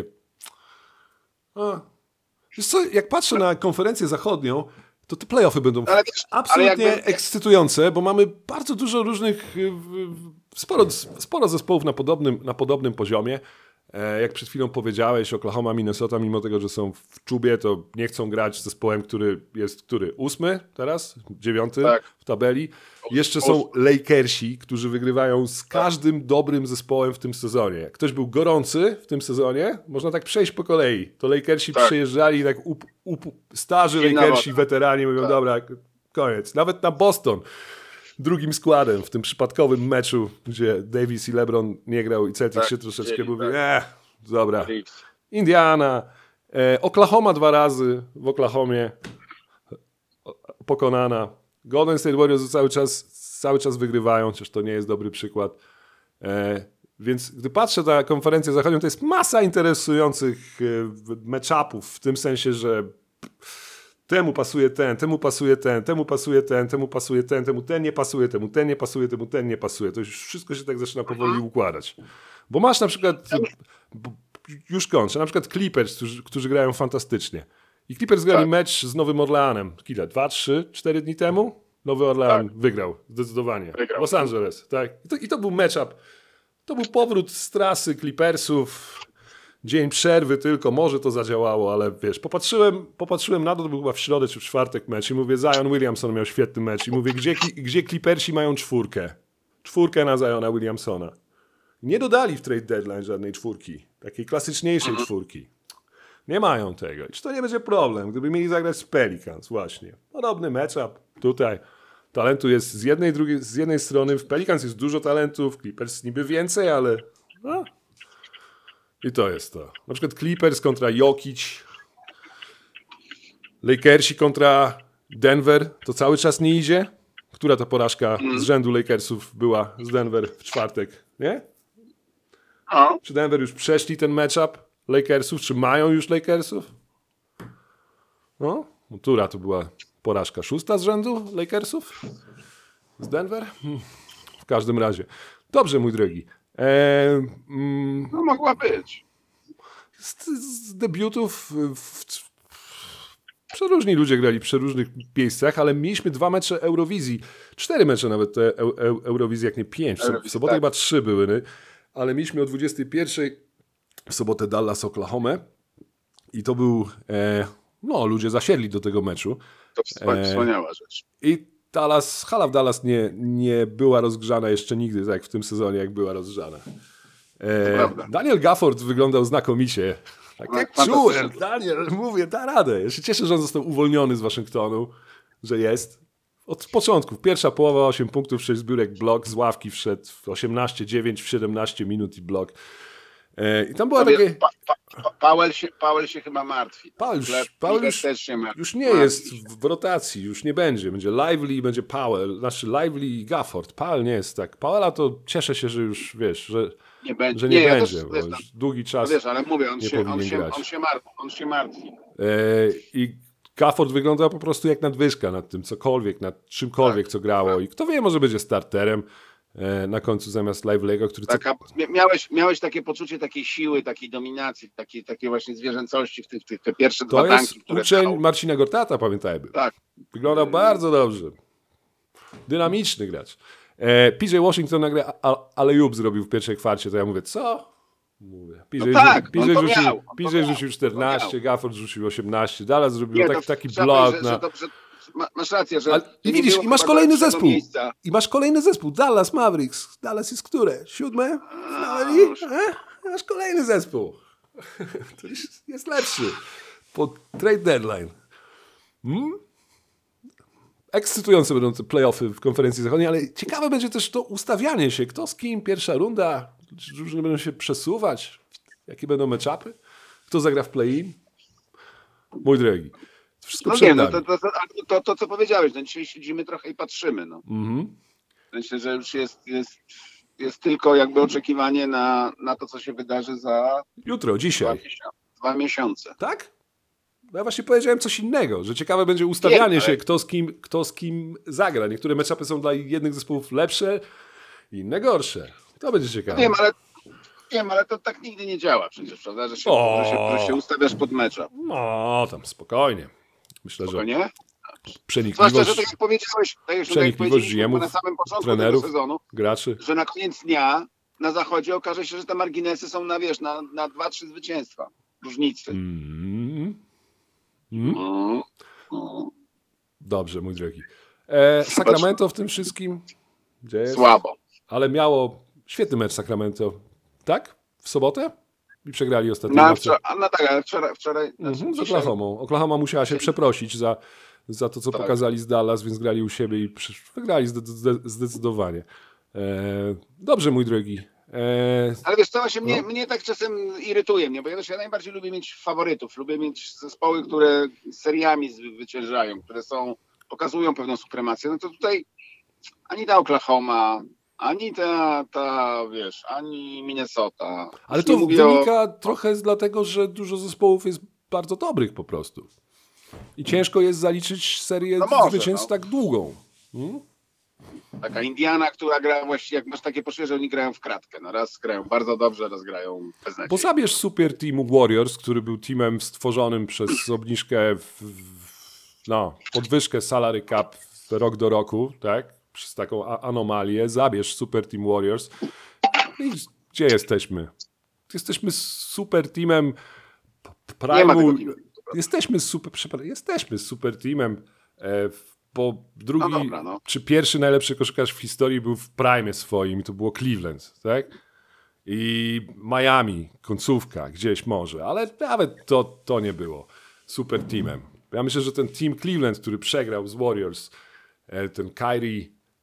A. Wiesz co, jak patrzę na konferencję zachodnią, to te playoffy będą Ale wiesz, absolutnie ale jakby- ekscytujące, bo mamy bardzo dużo różnych, y, w- w- sporo, sporo zespołów na podobnym, na podobnym poziomie. E, Jak przed chwilą powiedziałeś, Oklahoma, Minnesota, mimo tego, że są w czubie, to nie chcą grać z zespołem, który jest który? Ósmy teraz? Dziewiąty Tak. w tabeli. Jeszcze są Lakersi, którzy wygrywają z każdym dobrym zespołem w tym sezonie. Jak ktoś był gorący w tym sezonie, można tak przejść po kolei. To Lakersi Tak. przyjeżdżali i tak up, up, starzy Dzień na Lakersi, wodę. weterani mówią, Tak. dobra, koniec. Nawet na Boston drugim składem w tym przypadkowym meczu, gdzie Davis i LeBron nie grał i Celtics Tak, się troszeczkę chcieli, mówi, tak. eh, dobra. Reeves. Indiana, e, Oklahoma dwa razy w Oklahomie o- pokonana. Golden State Warriors cały czas, cały czas wygrywają, chociaż to nie jest dobry przykład. E, więc gdy patrzę na konferencję zachodnią, to jest masa interesujących e, matchupów, w tym sensie, że temu pasuje ten, temu pasuje ten, temu pasuje ten, temu pasuje ten, temu ten nie pasuje, temu ten nie pasuje, temu ten nie pasuje. To już wszystko się tak zaczyna powoli układać. Bo masz na przykład, b- już kończę, na przykład Clippers, którzy, którzy grają fantastycznie. I Clippers grali Tak. mecz z Nowym Orleanem, ile, dwa, trzy, cztery dni temu? Nowy Orlean Tak. wygrał, zdecydowanie. Wygrał. Los Angeles, tak. I to, I to był matchup. To był powrót z trasy Clippersów. Dzień przerwy tylko, może to zadziałało, ale wiesz, popatrzyłem, popatrzyłem na to, to był chyba w środę czy w czwartek mecz i mówię, Zion Williamson miał świetny mecz i mówię, gdzie, gdzie Clippersi mają czwórkę? Czwórkę na Ziona Williamsona. nie dodali w trade deadline żadnej czwórki, takiej klasyczniejszej mhm. czwórki. Nie mają tego. I czy to nie będzie problem, gdyby mieli zagrać z Pelicans właśnie. Podobny matchup tutaj. Talentu jest z jednej, drugiej, z jednej strony. W Pelicans jest dużo talentów, w Clippers niby więcej, ale... No. I to jest to. Na przykład Clippers kontra Jokic, Lakersi kontra Denver. To cały czas nie idzie? Która ta porażka z rzędu Lakersów była z Denver w czwartek? Nie? A? Czy Denver już przeszli ten matchup Lakersów? Czy mają już Lakersów? No, która to była porażka? Szósta z rzędu Lakersów? Z Denver? Hmm. W każdym razie. Dobrze, mój drogi. Eee, mm, no mogła być. Z, z debiutów w, w, przeróżni ludzie grali w przeróżnych miejscach, ale mieliśmy dwa mecze Eurowizji. Cztery mecze nawet te e, e, Eurowizji, jak nie pięć. W sobotę tak. Chyba trzy były, nie? Ale mieliśmy o dwudziestej pierwszej w sobotę Dallas, Oklahoma i to był, e, no ludzie zasiedli do tego meczu. To wspaniała rzecz. I Dallas, hala w Dallas nie, nie była rozgrzana jeszcze nigdy, tak jak w tym sezonie, jak była rozgrzana. E, Daniel Gafford wyglądał znakomicie. Tak no, jak czułem, Daniel, mówię, da radę. Ja się cieszę, że on został uwolniony z Waszyngtonu, że jest. Od początku, pierwsza połowa, osiem punktów, sześć zbiórek, blok, z ławki wszedł w osiemnaście dziewięć w siedemnaście minut i blok. E, I tam była no, takie... Pa, pa, Powell, się, Powell się chyba martwi. Powell już, Powell już, też się martwi. już nie jest w rotacji, już nie będzie. Będzie Lively i będzie Powell. Znaczy Lively i Gafford. Powell nie jest tak. Powella to cieszę się, że już wiesz, że nie będzie, że nie, nie będzie, ja też, bo już długi czas wiesz, ale mówię, on nie się, powinien on się, grać. On się martwi. On się martwi. E, I Gafford wygląda po prostu jak nadwyżka nad tym cokolwiek, nad czymkolwiek, tak, co grało. Tak. I kto wie, może będzie starterem e, na końcu zamiast Lively'ego, który... Taka, miałeś, miałeś takie poczucie takiej siły, takiej dominacji, takiej, takiej właśnie zwierzęcości w tych, tych te pierwsze to dwa jest tanki, które uczeń dał. Marcina Gortata, pamiętajmy. Tak. Wyglądał hmm. bardzo dobrze. Dynamiczny gracz. E, P J Washington nagle alley-oop zrobił w pierwszej kwarcie, to ja mówię, co? Mówię. P J, no tak, P J rzucił, miał, P J rzucił czternaście, Gafford rzucił osiemnaście, Dallas zrobił nie, tak, taki trzeba, blok. że, na... że to, że masz rację, że... Ale, I widzisz, i masz kolejny zespół. Miejsca. I masz kolejny zespół. Dallas Mavericks. Dallas jest które? Siódme? E? Masz kolejny zespół. To jest, jest lepszy. Po trade deadline. Hmm? Ekscytujące będą te play-offy w konferencji zachodniej, ale ciekawe będzie też to ustawianie się. Kto z kim? Pierwsza runda? Czy drużyny będą się przesuwać? Jakie będą matchupy? Kto zagra w play-in? Mój drogi. To wszystko no przed nie, nami. no to, to, to, to, to co powiedziałeś, no dzisiaj siedzimy trochę i patrzymy. No. Mm-hmm. Myślę, że już jest, jest, jest tylko jakby oczekiwanie na, na to, co się wydarzy za... Jutro, dzisiaj. Dwa miesiące. Dwa miesiące. Tak? Ja właśnie powiedziałem coś innego, że ciekawe będzie ustawianie nie, ale... się, kto z, kim, kto z kim zagra. Niektóre matchupy są dla jednych zespołów lepsze, inne gorsze. To będzie ciekawe. Wiem, ale, wiem, ale to tak nigdy nie działa przecież, prawda? Że się, że się, że się ustawiasz pod mecza. No, tam spokojnie. Myślę, spokojnie? że przenikliwość, zwłaszcza, że tak jak powiedziałeś, tak jak przenikliwość G M-ów, na samym początku trenerów, tego sezonu, graczy. Że na koniec dnia na zachodzie okaże się, że te marginesy są na, wiesz, na, na dwa, trzy zwycięstwa. Różnicy. Mm. Mm. Mm. Dobrze, mój drogi. E, Sacramento w tym wszystkim? Gdzie jest? Słabo. Ale miało świetny mecz Sacramento. Tak? W sobotę? I przegrali ostatnio. No, wczoraj, no tak, ale wczoraj... wczoraj mhm, z Oklahomą. Oklahoma musiała się przeprosić za, za to, co tak. pokazali z Dallas, więc grali u siebie i wygrali zdecydowanie. E, dobrze, mój drogi. E, ale wiesz co, właśnie no. mnie, mnie tak czasem irytuje, mnie, bo ja, ja najbardziej lubię mieć faworytów, lubię mieć zespoły, które seriami zwyciężają, które są, pokazują pewną supremację. No to tutaj ani ta Oklahoma, ani ta, ta wiesz, ani Minnesota. Ale to wynika o... trochę z dlatego, że dużo zespołów jest bardzo dobrych po prostu. I ciężko jest zaliczyć serię no może, zwycięstw no. tak długą. Hmm? Taka Indiana, która gra właściwie, jak masz takie poczucie, że oni grają w kratkę. No raz grają bardzo dobrze, raz grają beznadziejnie. Bo zabierz super teamu Warriors, który był teamem stworzonym przez obniżkę, w, w, no, podwyżkę salary cap rok do roku, tak? Przez taką a- anomalię. Zabierz super team Warriors. I gdzie jesteśmy? Jesteśmy super teamem Primu. Jesteśmy super, przepraszam, jesteśmy super teamem e, bo drugi, no dobra, no. czy pierwszy najlepszy koszykarz w historii był w prime swoim i to było Cleveland, tak? i Miami, końcówka, gdzieś może, ale nawet to, to nie było super teamem. Ja myślę, że ten team Cleveland, który przegrał z Warriors, ten Kyrie,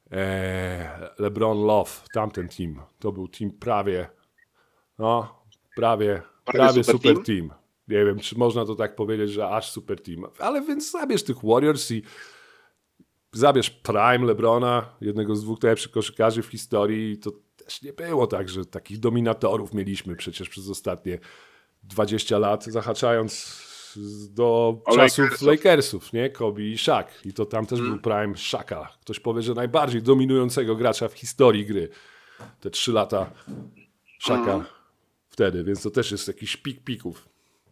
LeBron Love, tamten team, to był team prawie, no, prawie, prawie super, super team. team. Nie wiem, czy można to tak powiedzieć, że aż super team. Ale więc zabierz tych Warriors i zabierz prime LeBrona, jednego z dwóch najlepszych koszykarzy w historii. To też nie było tak, że takich dominatorów mieliśmy przecież przez ostatnie dwadzieścia lat, zahaczając do o czasów Lakersów. Lakersów, nie? Kobe i Shaq. I to tam też hmm. był prime Shaqa. Ktoś powie, że najbardziej dominującego gracza w historii gry. Te trzy lata Shaqa hmm. wtedy, więc to też jest jakiś pik pików.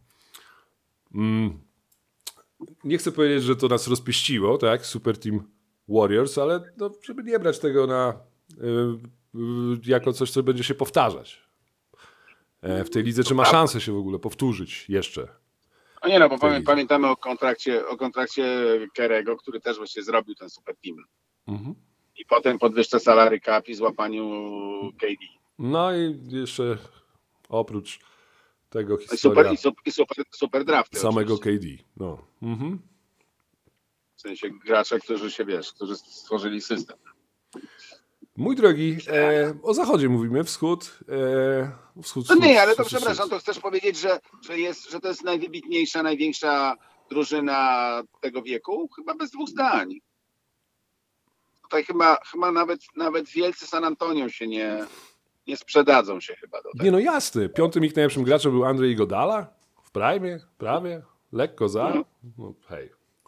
Mm. Nie chcę powiedzieć, że to nas rozpieściło, tak? Super Team Warriors, ale no, żeby nie brać tego na yy, yy, jako coś, co będzie się powtarzać. E, w tej lidze, czy ma szansę się w ogóle powtórzyć jeszcze? No nie no, bo pamię, pamiętamy o kontrakcie, o kontrakcie Kerego, który też właśnie zrobił ten Super Team. Mhm. I potem podwyżce salary cap i złapaniu K D. No i jeszcze oprócz tego historia... I super, i super, super drafty. Samego oczywiście. K D, no. Mhm. W sensie gracze, którzy się, wiesz, którzy stworzyli system. Mój drogi, e, o zachodzie mówimy, wschód. E, wschód, no wschód nie, ale to wschód, przepraszam, wschód. to chcesz powiedzieć, że, że, jest, że to jest najwybitniejsza, największa drużyna tego wieku? Chyba bez dwóch zdań. Tutaj chyba, chyba nawet, nawet wielcy San Antonio się nie, nie sprzedadzą się chyba do tego. Nie no jasne, piątym ich najlepszym graczem był Andrzej Iguodala w prime, prawie, lekko za. No, no hej.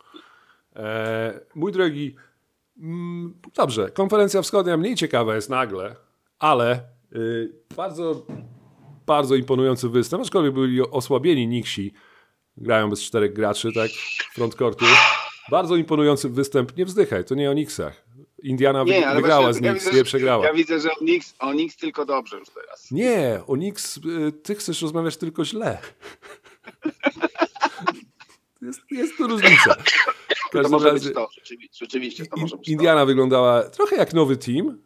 E, mój drogi, mm, dobrze, konferencja wschodnia mniej ciekawa jest nagle, ale y, bardzo, bardzo imponujący występ, aczkolwiek byli osłabieni Knicksi, grają bez czterech graczy, tak, frontcourtu. Bardzo imponujący występ, nie wzdychaj, to nie o Knicksach. Indiana nie, wy, wygrała z Knicks, ja nie przegrała. Ja widzę, że o Knicks, o Knicks tylko dobrze już teraz. Nie, o Knicks y, ty chcesz rozmawiać tylko źle. jest, jest tu różnica. To może razie, być to, rzeczywiście, rzeczywiście to może być Indiana to. wyglądała trochę jak nowy team.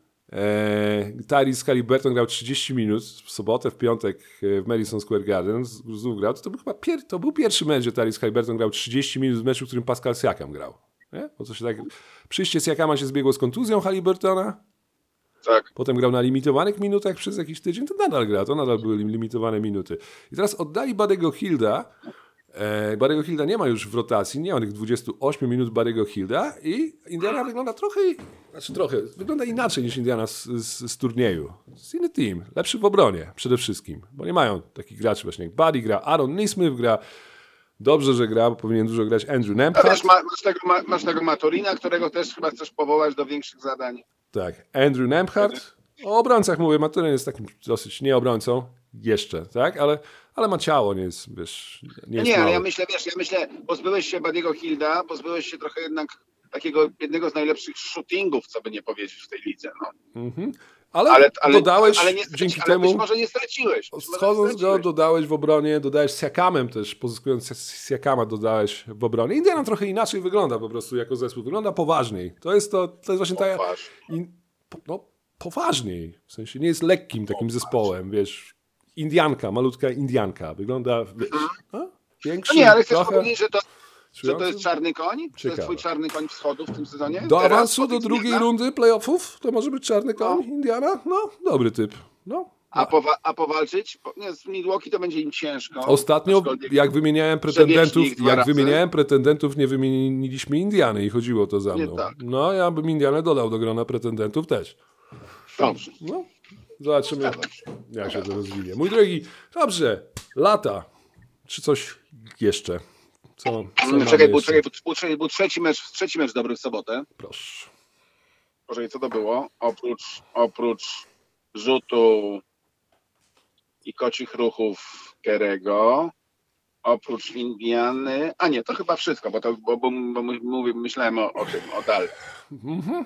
E, Tyrese Haliburton grał trzydzieści minut w sobotę, w piątek w Madison Square Garden. Znów grał. To był chyba pier, to był pierwszy mecz, że Tyrese Haliburton grał trzydzieści minut w meczu, w którym Pascal Siakam grał. Nie? Bo co się tak... Przyjście Siakama się zbiegło z kontuzją Haliburtona. Tak. Potem grał na limitowanych minutach przez jakiś tydzień. To nadal gra, to nadal były limitowane minuty. I teraz oddali Buddy'ego Hielda. E, Buddy'ego Hielda nie ma już w rotacji, nie ma tych dwudziestu ośmiu minut Buddy'ego Hielda i Indiana wygląda trochę, znaczy trochę, wygląda inaczej niż Indiana z, z, z turnieju. Jest inny team, lepszy w obronie przede wszystkim, bo nie mają takich graczy właśnie jak Buddy gra, Aaron Nesmith gra, dobrze, że gra, bo powinien dużo grać Andrew Nembhard. Wiesz, masz, tego, masz tego Maturina, którego też chyba chcesz powołać do większych zadań. Tak, Andrew Nembhard. O obrońcach mówię, Maturin jest takim dosyć nieobrońcą jeszcze, tak, ale ale ma ciało, nie jest, wiesz, nie jest Nie, mały. ale ja myślę, wiesz, ja myślę, pozbyłeś się Buddy'ego Hielda, pozbyłeś się trochę jednak takiego jednego z najlepszych shootingów, co by nie powiedzieć w tej lidze, no. Mhm. Ale, ale, ale dodałeś ale nie straci, dzięki ale temu... być może nie straciłeś. Schodząc go, dodałeś w obronie, dodałeś z Siakamem też, pozyskując Siakama dodałeś w obronie. Indiana trochę inaczej wygląda po prostu jako zespół, wygląda poważniej. To jest to, to jest właśnie ta... In, no, poważniej, w sensie nie jest lekkim takim zespołem, wiesz... Indianka, malutka Indianka. Wygląda, wiesz, no, większy, no nie, ale chcesz trochę... powiedzieć, że to, że to jest czarny koń? Ciekawe. To jest twój czarny koń wschodu w tym sezonie? Do Teraz, awansu do drugiej nie, rundy playoffów? To może być czarny koń no. Indiana? No, dobry typ. No. A, powa- a powalczyć? Nie, z Milwaukee to będzie im ciężko. Ostatnio, jak wymieniałem pretendentów, jak wymieniałem pretendentów, nie wymieniliśmy Indiany i chodziło to za mną. Tak. No, ja bym Indianę dodał do grona pretendentów też. Dobrze. No. Zobaczymy, jak się to rozwinie. Mój drogi, dobrze, lata. Czy coś jeszcze? Co, co czekaj, był, czekaj, był, był trzeci mecz, trzeci mecz dobry w sobotę. Proszę. Poczekaj, co to było? Oprócz, oprócz rzutu i kocich ruchów Kerego, oprócz Indiany, a nie, to chyba wszystko, bo, to, bo, bo, bo mówię, myślałem o, o tym, o dalej. Mhm.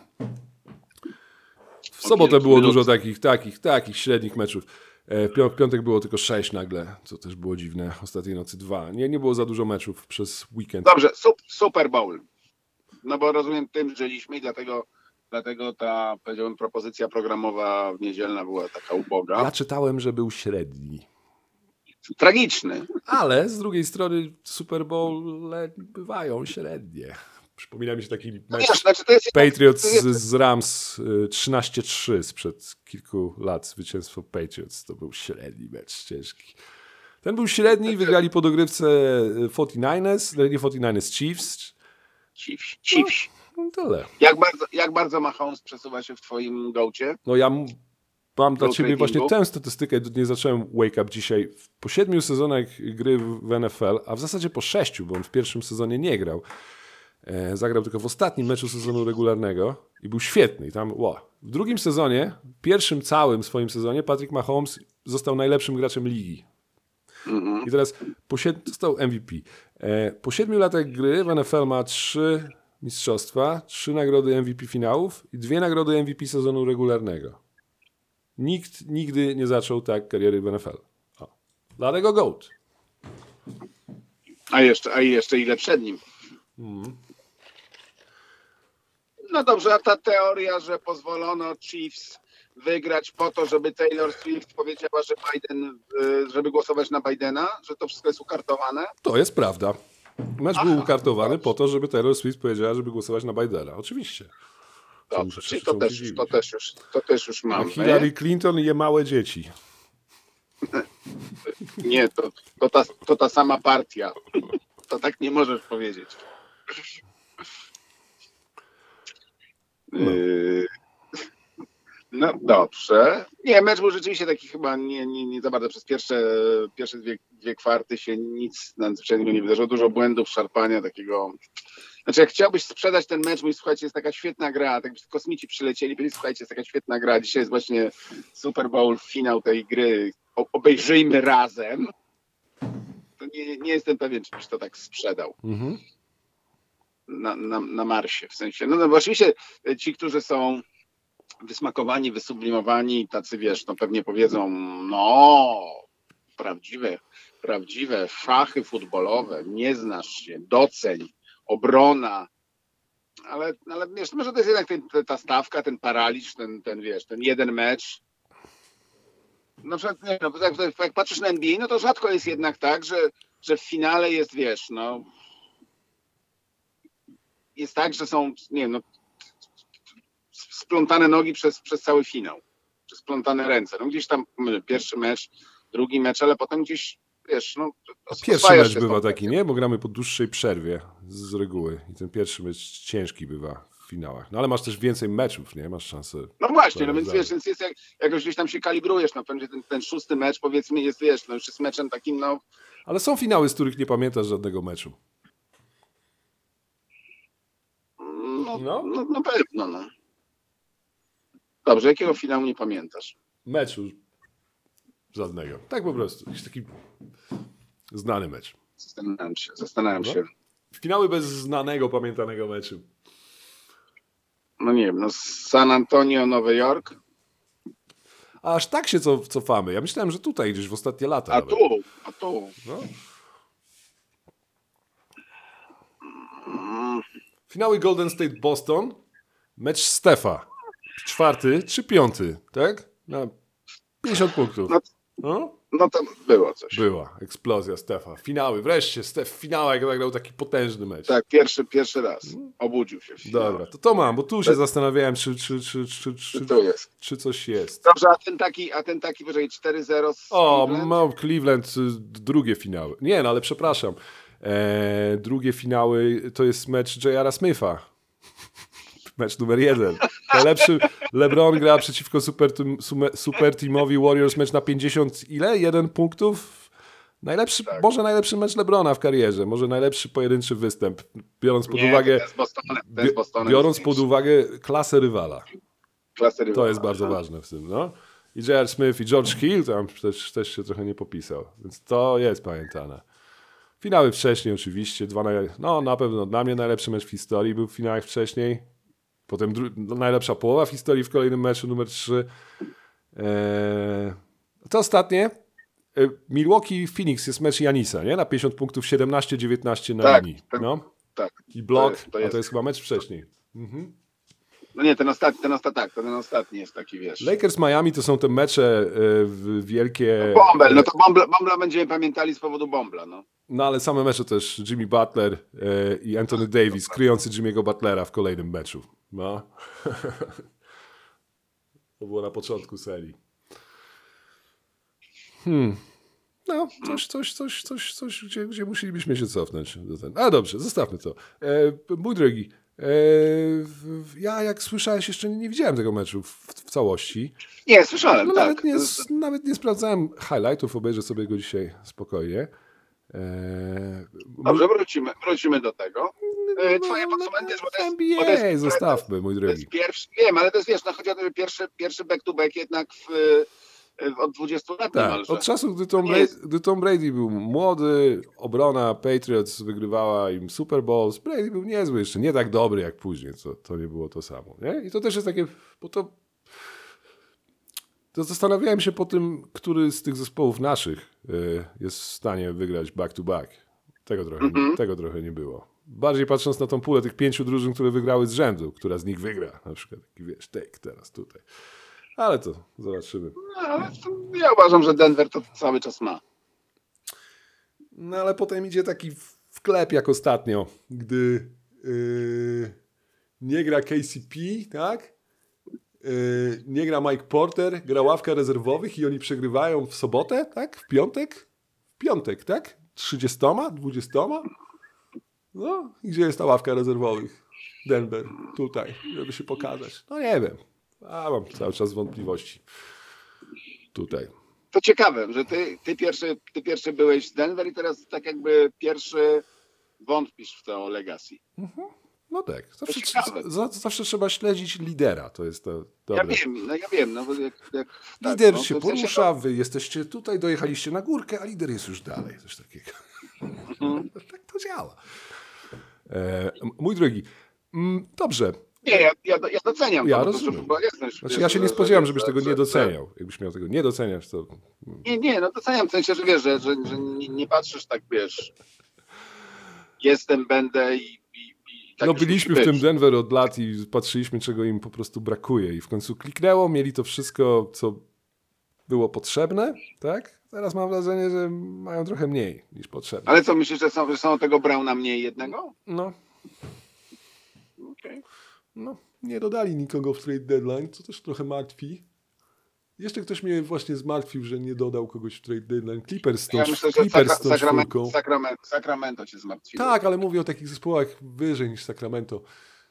W sobotę było dużo takich, takich, takich średnich meczów. W piątek było tylko sześć nagle, co też było dziwne. Ostatniej nocy dwa. Nie, nie było za dużo meczów przez weekend. Dobrze, Super Bowl. No bo rozumiem, tym żyliśmy i dlatego dlatego ta, powiedziałbym, propozycja programowa niedzielna była taka uboga. Ja czytałem, że był średni. Tragiczny. Ale z drugiej strony Super Bowle bywają średnie. Przypomina mi się taki mecz No wiesz, znaczy to jest, Patriots to jest, z, z Rams y, trzynaście trzy sprzed kilku lat. Zwycięstwo Patriots to był średni mecz, ciężki. Ten był średni, wygrali po dogrywce czterdzieści dziewięć ers, nie czterdzieści dziewięć ers, Chiefs. Chiefs, Chiefs. No tyle. Jak bardzo, jak bardzo Mahomes przesuwa się w twoim gołcie? No ja m- mam dla Goat ciebie ratingu? właśnie tę statystykę, nie zacząłem wake up dzisiaj. Po siedmiu sezonach gry w N F L, a w zasadzie po sześciu, bo on w pierwszym sezonie nie grał. E, zagrał tylko w ostatnim meczu sezonu regularnego i był świetny. I tam, wow. W drugim sezonie, pierwszym całym swoim sezonie, Patrick Mahomes został najlepszym graczem ligi. Mhm. I teraz po sied- został M V P. E, po siedmiu latach gry w N F L ma trzy mistrzostwa, trzy nagrody M V P finałów i dwie nagrody M V P sezonu regularnego. Nikt nigdy nie zaczął tak kariery w N F L. O. Dlatego GOAT. A jeszcze, a jeszcze ile przed nim? Mm. No dobrze, a ta teoria, że pozwolono Chiefs wygrać po to, żeby Taylor Swift powiedziała, że Biden, y, żeby głosować na Bidena, że to wszystko jest ukartowane? To jest prawda. Mecz Aha, był ukartowany dobrze. po to, żeby Taylor Swift powiedziała, żeby głosować na Bidena. Oczywiście. Dobrze, Czemu- czyli czemu to się też, dziwić? to też już, to też już A mamy. Hillary Clinton je małe dzieci. Nie, to, to, ta, to ta sama partia. To tak nie możesz powiedzieć. No. Yy, No dobrze. Nie, mecz był rzeczywiście taki chyba nie, nie, nie za bardzo. Przez pierwsze, pierwsze dwie, dwie kwarty się nic nadzwyczajnego nie wydarzyło. Dużo błędów, szarpania takiego. Znaczy jak chciałbyś sprzedać ten mecz, mówisz, słuchajcie, jest taka świetna gra, tak jakby kosmici przylecieli, powiedzieli, słuchajcie, jest taka świetna gra, dzisiaj jest właśnie Super Bowl, finał tej gry, o, obejrzyjmy razem. To nie, nie jestem pewien, czy byś to tak sprzedał. Mhm. Na, na, na Marsie, w sensie. No, no bo oczywiście ci, którzy są wysmakowani, wysublimowani, tacy wiesz, no pewnie powiedzą, no prawdziwe, prawdziwe szachy futbolowe, nie znasz się, doceń, obrona, ale, ale wiesz, może to jest jednak ten, ta stawka, ten paraliż, ten, ten wiesz, ten jeden mecz. Na przykład, nie, no, jak, jak patrzysz na N B A, no to rzadko jest jednak tak, że, że w finale jest, wiesz, no jest tak, że są, nie wiem, no splątane nogi przez, przez cały finał, czy splątane ręce. No gdzieś tam pierwszy mecz, drugi mecz, ale potem gdzieś, wiesz, no... Pierwszy mecz bywa taki, nie? Bo gramy po dłuższej przerwie z reguły i ten pierwszy mecz ciężki bywa w finałach. No ale masz też więcej meczów, nie? Masz szansę... No właśnie, no więc wiesz, więc jest jak, jak gdzieś tam się kalibrujesz, no pewnie ten, ten szósty mecz, powiedzmy, jest, wiesz, no już jest meczem takim, no... Ale są finały, z których nie pamiętasz żadnego meczu. No, No. no, no pewno, no. Dobrze, jakiego finału nie pamiętasz? Meczu żadnego. Tak po prostu. Jakiś taki znany mecz. Zastanawiam się, zastanawiam No. się. Finały bez znanego, pamiętanego meczu. No nie wiem, no San Antonio, Nowy Jork. A aż tak się cof- cofamy. Ja myślałem, że tutaj gdzieś w ostatnie lata. A nawet. tu, a tu. No. Mm, Finały Golden State Boston. Mecz Stefa. Czwarty czy piąty, tak? Na pięćdziesiąt punktów. No. No? No to było coś. Była eksplozja Stefa. Finały. Wreszcie Stef w finałach zagrał taki potężny mecz. Tak, pierwszy, pierwszy raz. Obudził się w finale. Dobra, to to mam, bo tu się zastanawiałem, czy, czy, czy, czy, czy, Czy to jest? czy coś jest. Dobrze, a ten taki, a ten taki, poczekaj, cztery zero z O, Cleveland? mam Cleveland, y, drugie finały. Nie, no ale przepraszam. E, drugie finały to jest mecz J R Smitha. Mecz numer jeden. Najlepszy LeBron gra przeciwko super, super teamowi Warriors, mecz na pięćdziesiąt ile? Jeden punktów? Najlepszy, Tak. może najlepszy mecz LeBrona w karierze, może najlepszy pojedynczy występ, biorąc pod Nie, uwagę, to jest Bostonem, to jest Bostonem biorąc jest pod uwagę klasę rywala. klasy To jest bardzo ważne w tym, no. I J R Smith i George Hill tam też, też się trochę nie popisał, więc to jest pamiętane. Finały wcześniej oczywiście, dwa naj... no na pewno dla mnie najlepszy mecz w historii był w finałach wcześniej. Potem dru... no, najlepsza połowa w historii w kolejnym meczu numer trzy. Eee... To ostatnie. Eee, Milwaukee Phoenix jest mecz Janisa, nie? Na pięćdziesiąt punktów, siedemnaście dziewiętnaście na Tak, linii. tak. No. Tak. I blok, To jest- to a jest- to jest chyba mecz wcześniej. Mhm. No nie, ten ostatni, ten ostatni, tak, ten ostatni jest taki, wiesz. Lakers Miami to są te mecze y, wielkie. No, Bąbel, no to Bąbla, Bąbla będziemy pamiętali z powodu Bąbla, no. No ale same mecze też Jimmy Butler y, i Anthony Davis kryjący Jimmy'ego Butlera w kolejnym meczu. No. To było na początku serii. Hmm. No, coś, coś, coś, coś, coś gdzie, gdzie musielibyśmy się cofnąć. A dobrze, zostawmy to. E, mój drogi, e, ja jak słyszałeś, jeszcze nie, nie widziałem tego meczu w, w całości. Nie, słyszałem, no, tak. Nawet nie, nawet nie sprawdzałem highlightów, obejrzę sobie go dzisiaj spokojnie. E, Dobrze, wrócimy, wrócimy do tego. E, twoje no, podsumowanie, no, bo to jest, N B A, bo to jest, zostawmy, mój to drogi. jest pierwszy, wiem, ale to jest, wiesz, no chodzi o to, że pierwszy, pierwszy back-to-back jednak w, od dwudziestu lat tak, niemalże. od czasu, gdy Tom, nie Brady, jest- gdy Tom Brady był młody, obrona Patriots wygrywała im Super Bowls, Brady był niezły jeszcze, nie tak dobry jak później, to, to nie było to samo. Nie? I to też jest takie, bo to, to zastanawiałem się po tym, który z tych zespołów naszych y, jest w stanie wygrać back-to-back. Tego trochę, Mhm. tego trochę nie było. Bardziej patrząc na tą pulę tych pięciu drużyn, które wygrały z rzędu, która z nich wygra, na przykład taki, wiesz, take teraz tutaj. Ale to zobaczymy. No, ale to, ja uważam, że Denver to cały czas ma. No ale potem idzie taki wklep jak ostatnio, gdy yy, nie gra K C P, tak? Yy, nie gra Mike Porter, gra ławka rezerwowych i oni przegrywają w sobotę, tak? W piątek? W piątek, tak? trzydziestoma? dwudziestoma? No, i gdzie jest ta ławka rezerwowych? Denver, tutaj, żeby się pokazać. No nie wiem. A mam cały czas wątpliwości. Tutaj. To ciekawe, że ty, ty, pierwszy, ty pierwszy byłeś z Denver i teraz tak jakby pierwszy wątpisz w to Legacy. No tak. Zawsze, ciekawe. z, zawsze trzeba śledzić lidera. To jest to Ja dobre. wiem, no ja wiem, no bo jak, jak tak, Lider no, się to w sensie porusza, wy jesteście tutaj, dojechaliście na górkę, a lider jest już dalej. Coś takiego. Mhm. Tak to działa. E, m- mój drogi, mm, dobrze. Nie, ja, ja, ja doceniam Ja to, bo to, rozumiem. żeby była jasność. Znaczy, wiesz, ja się nie że- spodziewałem, że- żebyś że- tego że- nie doceniał. Jakbyś miał tego nie doceniać, to... Nie, nie, no doceniam w sensie, że wiesz, że, że, że nie, nie patrzysz tak, wiesz, jestem, będę i, i, i tak No już byliśmy musi w tym być. Denver od lat i patrzyliśmy, czego im po prostu brakuje. I w końcu kliknęło, mieli to wszystko, co było potrzebne, tak? Teraz mam wrażenie, że mają trochę mniej niż potrzebne. Ale co, myślisz, że są, że są tego Browna mniej jednego? No, Okay. no, nie dodali nikogo w trade deadline, co też trochę martwi. Jeszcze ktoś mnie właśnie zmartwił, że nie dodał kogoś w trade deadline. Clippers z tą, Ja myślę, że Clippers Sakra- z tą Sacramento, czwórką. Sacramento, Sacramento cię zmartwiło. Tak, ale mówię o takich zespołach wyżej niż Sacramento.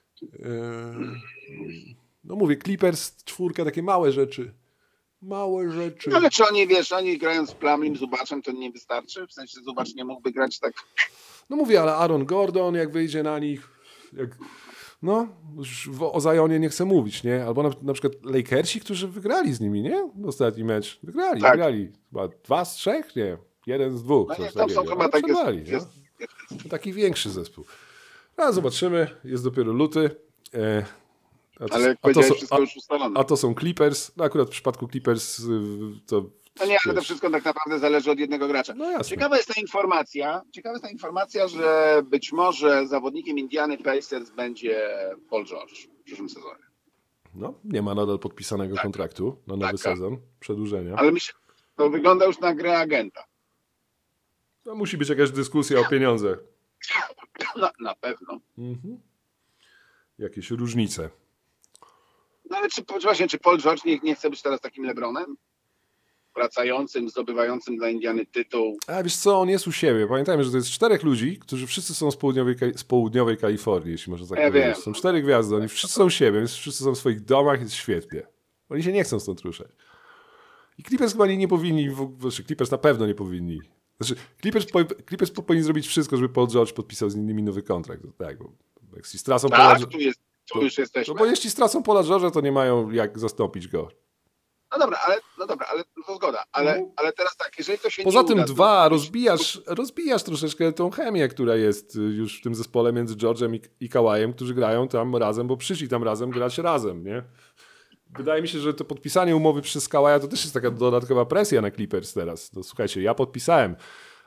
Eee, no mówię, Clippers, czwórka, takie małe rzeczy. Małe rzeczy. No ale czy oni, wiesz, oni grając z Plumlim, Zubaczem, to nie wystarczy? W sensie Zubacz nie mógłby grać tak... No mówię, ale Aaron Gordon, jak wyjdzie na nich, jak, no, już w, o Zionie nie chcę mówić, nie? Albo na, na przykład Lakersi, którzy wygrali z nimi, nie? Ostatni mecz. Wygrali, Tak. wygrali. Chyba dwa z trzech? Nie. Jeden z dwóch. No coś nie, tam są takiego. chyba Ale takie... przegrali, Jest, no. Taki większy zespół. A zobaczymy, jest dopiero luty. E, a to, ale jak a to, powiedziałeś, są, wszystko już ustalone. a, a to są Clippers. No akurat w przypadku Clippers y, to... No nie, ale to wiesz, wszystko tak naprawdę zależy od jednego gracza. No jasne. Ciekawa jest ta informacja, ciekawa jest ta informacja, że być może zawodnikiem Indiany Pacers będzie Paul George w przyszłym sezonie. No, nie ma nadal podpisanego kontraktu na nowy Taka. sezon, przedłużenia. Ale mi się, to wygląda już na grę agenta. To musi być jakaś dyskusja o pieniądze. Na, na pewno. Mhm. Jakieś różnice. No ale czy, czy właśnie, czy Paul George nie, nie chce być teraz takim LeBronem? Wracającym, zdobywającym dla Indiany tytuł. A wiesz co, on jest u siebie. Pamiętajmy, że to jest czterech ludzi, którzy wszyscy są z południowej, Ka- z południowej Kalifornii, jeśli można tak Ja powiedzieć. wiem. Są cztery gwiazdy, oni wszyscy są u siebie, więc wszyscy są w swoich domach, jest świetnie. Oni się nie chcą stąd ruszać. I Clippers chyba nie, nie powinni, w- znaczy Clippers na pewno nie powinni. Znaczy Clippers, po, Clippers po- powinni zrobić wszystko, żeby Paul George podpisał z innymi nowy kontrakt. Tak, bo jak si stracą Paula, Tak, tu, jest, tu już jesteśmy. no bo jeśli stracą Paula George'a, to nie mają jak zastąpić go. No dobra, ale, no dobra, ale to zgoda. Ale, Mhm. ale teraz tak, jeżeli to się Poza nie tym uda, dwa, to- rozbijasz, rozbijasz troszeczkę tą chemię, która jest y, już w tym zespole między George'em i, i Kałajem, którzy grają tam razem, bo przyszli tam razem grać razem, nie? Wydaje mi się, że to podpisanie umowy przez Kałaja to też jest taka dodatkowa presja na Clippers teraz. No, słuchajcie, ja podpisałem,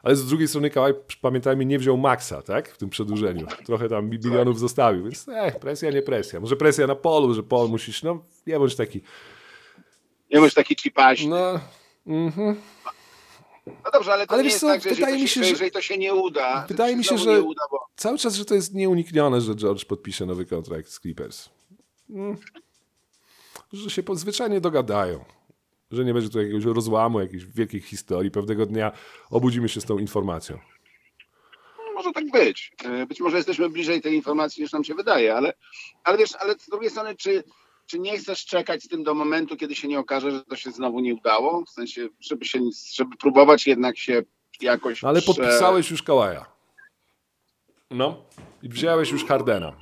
Ale z drugiej strony Kawhi, pamiętajmy, nie wziął maksa, tak? W tym przedłużeniu. Trochę tam milionów zostawił, więc eh, presja, nie presja. Może presja na polu, że Paul musisz, no nie bądź taki... Nie bądź taki cipaś. No, mhm. No dobrze, ale to ale nie wiesz jest co, tak, że jeżeli, wydaje to mi się, się, że... jeżeli to się nie uda, Wydaje mi się, znowu że nie uda, bo... cały czas, że to jest nieuniknione, że George podpisze nowy kontrakt z Clippers. Mm. Że się po- zwyczajnie dogadają. Że nie będzie tu jakiegoś rozłamu, jakiejś wielkiej historii. Pewnego dnia obudzimy się z tą informacją. Może tak być. E, Być może jesteśmy bliżej tej informacji, niż nam się wydaje, ale, ale wiesz, ale z drugiej strony, czy, czy nie chcesz czekać z tym do momentu, kiedy się nie okaże, że to się znowu nie udało? W sensie, żeby się, żeby próbować jednak się jakoś... No ale prze- podpisałeś już Kawaja. No. I wziąłeś już Hardena.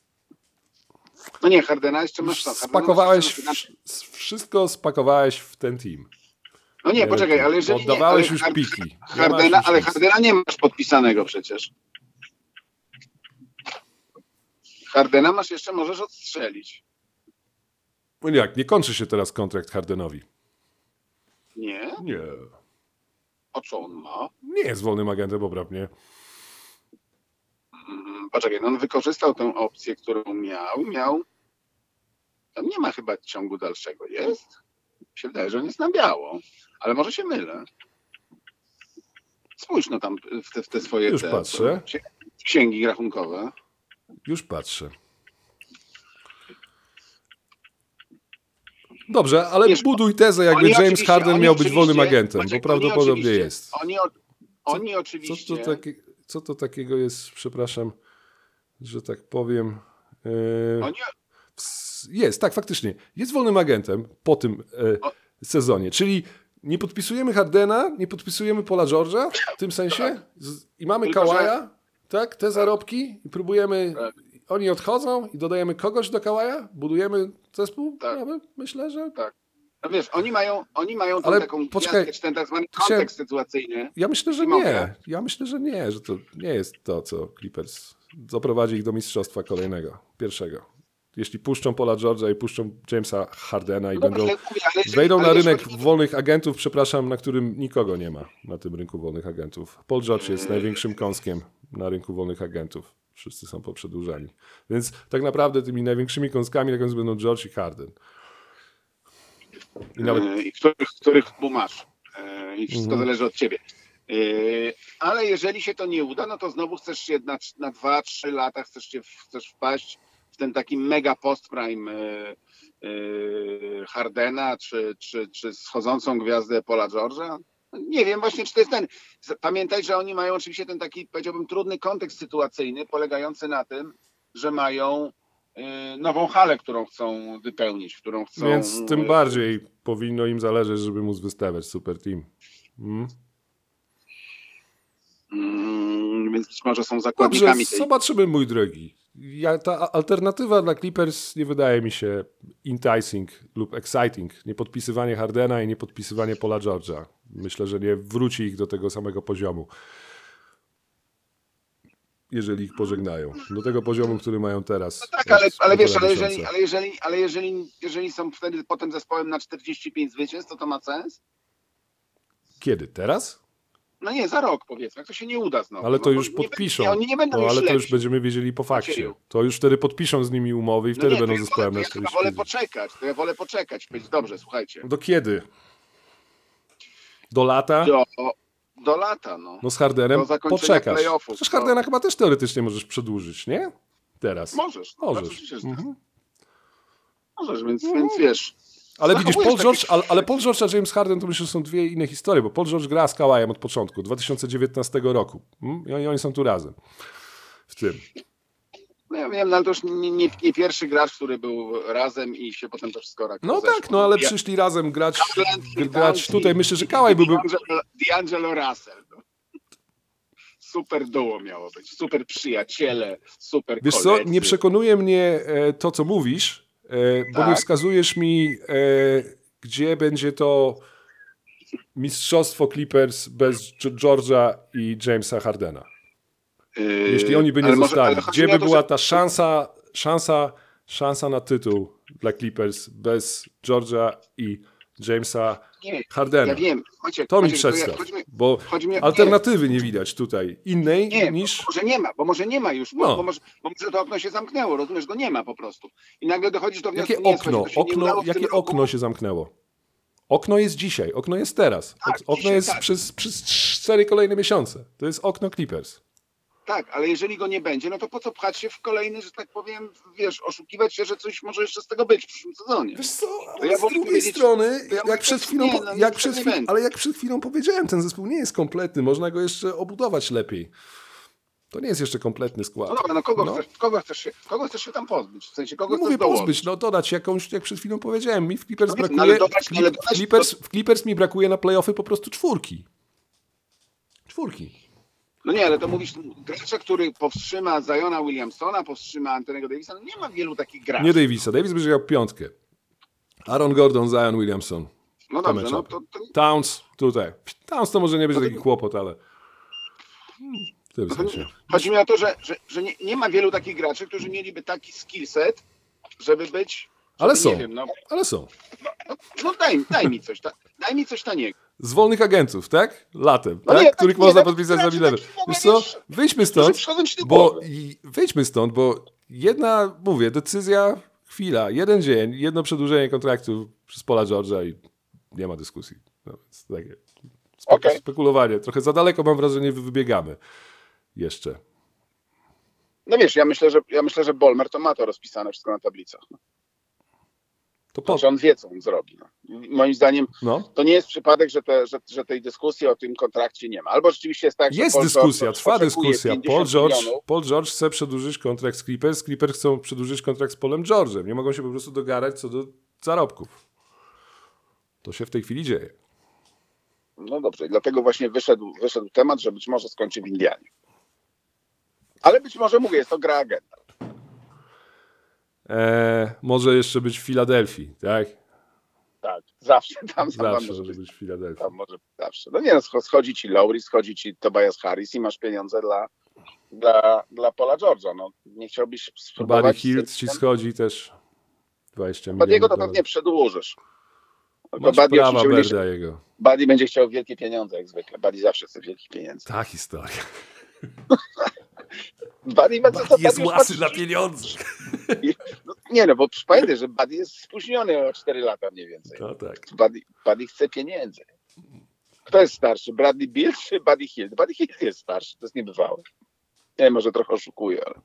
No nie, Hardena jeszcze masz co? Hardena Spakowałeś, masz w, wszystko spakowałeś w ten team. No nie, poczekaj, ale jeżeli nie... Oddawałeś ale już Hard- piki. Nie masz Hardena, już ale nic. Hardena nie masz podpisanego przecież. Hardena masz jeszcze, możesz odstrzelić. No jak, nie kończy się teraz kontrakt Hardenowi. Nie? Nie. O co on ma? Nie jest wolnym agentem, poprawnie. Mm, Poczekaj, no on wykorzystał tę opcję, którą miał. Miał. Tam nie ma chyba ciągu dalszego. Jest? Mi się wydaje, że on jest na biało. Ale może się mylę. Spójrz no tam w te, w te swoje Już te, patrzę. księ- księgi rachunkowe. Już patrzę. Dobrze, ale Wiesz, buduj tezę, jakby Oni James oczywiście- Harden oni miał być oczywiście- wolnym agentem, poczekaj, bo prawdopodobnie oni oczywiście- jest. Oni, o, oni Co oczywiście... to, taki, co to takiego jest, przepraszam, że tak powiem... Yy, Oni, ws- jest, tak, faktycznie. Jest wolnym agentem po tym yy, O. sezonie, czyli nie podpisujemy Hardena, nie podpisujemy Paula George'a w tym sensie z, i mamy Tylko, że- Kawaja, tak, te zarobki i próbujemy... Tak. Oni odchodzą i dodajemy kogoś do Kawaja, budujemy zespół Tak. nowy, myślę, że... no wiesz, oni mają, oni mają tą Ale taką poczekaj, gwiazdkę, czy ten tak zwany chciałem- kontekst sytuacyjny. Ja myślę, że I mogę. nie. Ja myślę, że nie, że to nie jest to, co Clippers zaprowadzi ich do mistrzostwa kolejnego, pierwszego. Jeśli puszczą Paula George'a i puszczą Jamesa Hardena i No będą... dobrze, mówię, ale jeżeli- Wejdą ale na wiesz, rynek chodzi- wolnych agentów, przepraszam, na którym nikogo nie ma na tym rynku wolnych agentów. Paul George jest największym kąskiem na rynku wolnych agentów. Wszyscy są poprzedłużani. Więc tak naprawdę tymi największymi kąskami na końcu będą George i Harden. I nawet Yy, i których, których tu masz. Yy, I wszystko Mhm. zależy od ciebie. Yy, Ale jeżeli się to nie uda, no to znowu chcesz się na, na dwa, trzy lata chcesz, się, chcesz wpaść w ten taki mega post-prime yy, yy, Hardena, czy, czy, czy schodzącą gwiazdę Paula George'a. Nie wiem właśnie, czy to jest ten... Pamiętaj, że oni mają oczywiście ten taki, powiedziałbym, trudny kontekst sytuacyjny, polegający na tym, że mają yy, nową halę, którą chcą wypełnić, którą chcą... Więc tym bardziej powinno im zależeć, żeby móc wystawiać super team. Mm. Mm, więc być może są Dobrze, zakładnikami tej... zobaczymy, mój drogi. Ja, ta alternatywa dla Clippers nie wydaje mi się enticing lub exciting. Nie podpisywanie Hardena i nie podpisywanie Paula George'a. Myślę, że nie wróci ich do tego samego poziomu. Jeżeli ich pożegnają. Do tego poziomu, który mają teraz. No tak, ale, od ale wiesz, półtora ale jeżeli, miesiąca. ale jeżeli, ale jeżeli, jeżeli są wtedy potem zespołem na czterdzieści pięć zwycięstw, to to ma sens? Kiedy? Teraz? No nie, za rok powiedzmy, jak to się nie uda znowu. Ale to no, bo już nie będą- podpiszą. Nie, oni nie będą No, już ale to już lepsi. będziemy wiedzieli po fakcie. Macieju. To już wtedy podpiszą z nimi umowy i No wtedy nie, to będą ja zespołem wolę, na to ja chyba czterdzieści wolę pięć. poczekać, to ja wolę poczekać. Powiedzieć, dobrze, słuchajcie, Do kiedy? Do lata? do, do lata, no. No z Hardenem do zakończenia poczekasz. playoffów, Przecież no. Hardena chyba też teoretycznie możesz przedłużyć, nie? Teraz. Możesz, no, Możesz. oczywiście, że Mhm. możesz, więc, więc wiesz. Ale widzisz, zachowujesz Paul taki- George, ale, ale Paul George a James Harden to myślę, że są dwie inne historie, bo Paul George gra z Kawajem od początku, dwa tysiące dziewiętnastego roku. Mm? I oni, oni są tu razem. W tym. No ja wiem, no, ale to już nie, nie, nie pierwszy gracz, który był razem i się potem to wszystko rak- No rozeszło. tak, no ale Ja- przyszli razem grać, Garland, gr- grać Towns tutaj. i- Myślę, że Kawaj byłby... D'Angelo, D'Angelo Russell. No. Super duo miało być, super przyjaciele, super Wiesz co, koledzy. nie przekonuje mnie e, to, co mówisz, e, bo Tak. nie wskazujesz mi, e, gdzie będzie to mistrzostwo Clippers bez G- George'a i Jamesa Hardena. Yy, Jeśli oni by nie ale może- zostali. ale chodzi Gdzie mi o by to, była że- ta szansa, szansa, szansa na tytuł dla Clippers bez George'a i Jamesa Nie, Hardena. ja wiem. Maciek, To mi Maciek, to ja- przedstaw, chodzi mi- bo chodzi mi o- alternatywy nie widać tutaj innej Nie, niż... bo może nie ma, bo może nie ma już, bo, No. bo, może, bo może to okno się zamknęło, rozumiesz, go nie ma po prostu. I nagle dochodzisz do wniosku, Jakie nie, okno? słuchajcie, to się nie okno udało w jakie tym roku. okno się zamknęło? Okno jest dzisiaj, okno jest teraz. Tak, okno dzisiaj jest tak. przez, przez cztery kolejne miesiące. To jest okno Clippers. Tak, ale jeżeli go nie będzie, no to po co pchać się w kolejny, że tak powiem, wiesz, oszukiwać się, że coś może jeszcze z tego być w przyszłym sezonie. Wiesz co, To ale ja z wolę drugiej powiedzieć- strony, to ja jak mówię, przed tak, chwilą, nie, po- no, jak nic przed tak nie chwilą, będzie. ale jak przed chwilą powiedziałem, ten zespół nie jest kompletny, można go jeszcze obudować lepiej. To nie jest jeszcze kompletny skład. No dobra, no kogo, No. Chcesz, kogo, chcesz się, kogo chcesz się tam pozbyć? W sensie, kogo Nie chcesz mówię dołożyć? pozbyć, no dodać jakąś, jak przed chwilą powiedziałem, mi w Clippers No wiem, no brakuje, ale dodać- w, Clip, ale w, dodać- Clippers, w Clippers mi brakuje na playoffy po prostu czwórki. Czwórki. No nie, ale to mówisz, gracza, który powstrzyma Ziona Williamsona, powstrzyma Antonego Davisa, no nie ma wielu takich graczy. Nie Davisa, Davis będzie miał piątkę. Aaron Gordon, Zion Williamson. No To dobrze, no matchup. to, to, Towns tutaj. Towns to może nie będzie taki kłopot, ale w tym sensie. chodzi mi o to, że, że, że nie, nie ma wielu takich graczy, którzy mieliby taki skill set, żeby być... Żeby, Ale są. Nie wiem, no, Ale są. no, no daj, daj mi coś, ta, daj mi coś taniego. Z wolnych agentów, tak? Latem, No tak? nie, tak, Których nie, można tak, podpisać za graczy Miller. takich w ogóle, Wiesz co? wiesz, Wyjdźmy którzy stąd, przychodzą ci do bo głowy. i wyjdźmy stąd, bo jedna, mówię, decyzja, chwila, jeden dzień, jedno przedłużenie kontraktu przez Paula George'a i nie ma dyskusji. No, więc takie spek- Okej. spekulowanie. Trochę za daleko, mam wrażenie, wy- wybiegamy jeszcze. No wiesz, ja myślę, że ja myślę, że Bolmer to ma to rozpisane wszystko na tablicach. No. To po... Znaczy on wie, co on zrobi. No. Moim zdaniem No. to nie jest przypadek, że, te, że, że tej dyskusji o tym kontrakcie nie ma. Albo rzeczywiście jest tak, że Jest Paul dyskusja, George trwa oczekuje dyskusja. Paul pięćdziesiąt George, milionów. Paul George chce przedłużyć kontrakt z Clippers, Clippers chcą przedłużyć kontrakt z Paulem George'em. Nie mogą się po prostu dogadać co do zarobków. To się w tej chwili dzieje. No dobrze, i dlatego właśnie wyszedł, wyszedł temat, że być może skończy w Indianie. Ale być może, mówię, jest to gra agenta. Eee, może jeszcze być w Filadelfii, tak? Tak, zawsze tam, tam Zawsze może może być. być w Filadelfii. Tam może zawsze. No nie, no, scho- schodzi ci Lowry, schodzi ci Tobias Harris i masz pieniądze dla, dla, dla Paula George'a. No, nie chciałbyś Buddy spróbować... Hield ci schodzi też dwadzieścia Badiego milionów to dolarów. pewnie przedłużysz. Tylko Masz Buddy prawa oczywiście będzie, Berda jego. Buddy będzie chciał wielkie pieniądze, jak zwykle. Buddy zawsze chce wielkich pieniędzy. Ta historia. Buddy, ma- to, to Buddy jest Buddy już łasy patrzy- na pieniądze. No, nie no, bo pamiętaj, że Buddy jest spóźniony o cztery lata mniej więcej. No tak. Buddy, Buddy chce pieniędzy. Kto jest starszy? Bradley Beal czy Buddy Hield? Buddy Hield jest starszy, to jest niebywałe. Nie wiem, może trochę oszukuję, ale...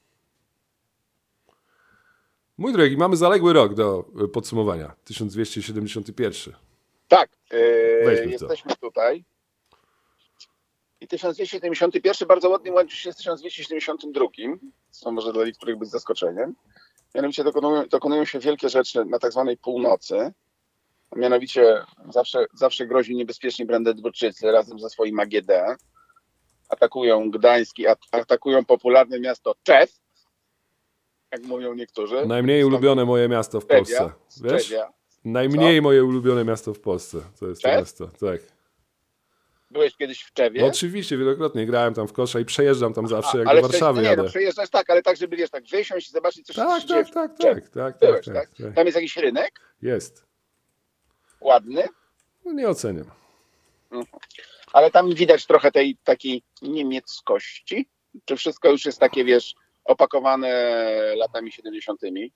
Mój drogi, mamy zaległy rok do y, podsumowania. tysiąc dwieście siedemdziesiąty pierwszy. Tak, yy, Weźmy to. jesteśmy tutaj. I tysiąc dwieście siedemdziesiąty pierwszy bardzo ładnie łączy się z tysiąc dwieście siedemdziesiątym drugim, co może dla niektórych być zaskoczeniem. Mianowicie dokonują, dokonują się wielkie rzeczy na tak zwanej północy. Mianowicie zawsze, zawsze grozi niebezpieczni Brandenburczycy razem ze swoim A G D. Atakują Gdański, at, atakują popularne miasto Czew, jak mówią niektórzy. Najmniej Stąd ulubione moje miasto w Polsce. Czewia, Wiesz? Czewia. Najmniej moje ulubione miasto w Polsce. To jest to Czew? miasto. Tak. Byłeś kiedyś w Czewie? No, oczywiście, wielokrotnie grałem tam w kosza i przejeżdżam tam zawsze, jak ale do Warszawy nie, jadę. no przejeżdżasz tak, ale tak, żeby wiesz, tak wysiąść i zobaczyć, co Tak, się dzieje. tak, tak, w Czewie. tak, tak, tak, Byłeś, tak, tak? tak. Tam jest jakiś rynek Jest. ładny, No, nie oceniam. ale tam widać trochę tej takiej niemieckości. Czy wszystko już jest takie, wiesz, opakowane latami siedemdziesiątymi?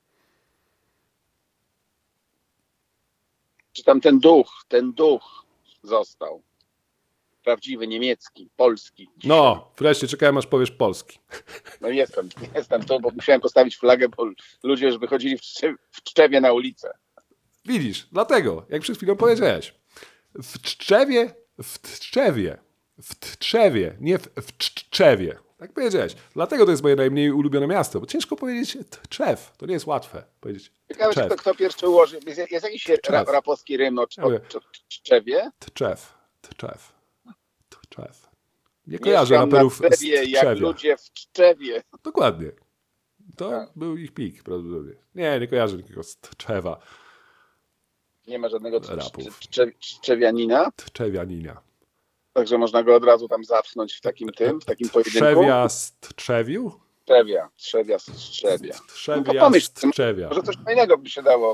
Czy tam ten duch, ten duch został? Prawdziwy, niemiecki, polski. No, wreszcie czekałem, aż powiesz Polski. No jestem, jestem tu, bo musiałem postawić flagę, bo ludzie już wychodzili w, Czcze- w Czczewie na ulicę. Widzisz, dlatego, jak przed chwilą powiedziałeś, w Tczewie, w Tczewie, w Tczewie, nie w, w Tczewie. Tak powiedziałeś. Dlatego to jest moje najmniej ulubione miasto, bo ciężko powiedzieć Tczew. To nie jest łatwe powiedzieć. Ciekawe, Tczew. kto, kto pierwszy ułoży. Jest, jest jakiś ra, rapowski rym o, o, o Tczewie? Tczew. Tczew. Tczew. Nie kojarzę Mieszkam raperów na z Tczewie, jak Tczewia. ludzie w Tczewie. Dokładnie. To Tak. był ich pik prawdopodobnie. Nie, nie kojarzę nikogo z Tczewa. Nie ma żadnego Rapów. Tczewianina, Tczewianina. także można go od razu tam zapchnąć w takim tym, w takim pojedynku. Trzewia z Tczewiu? Trzewia, Trzewia, z Trzewia. No to Trzewia pomyśl, z Tczewia. może coś fajnego by się dało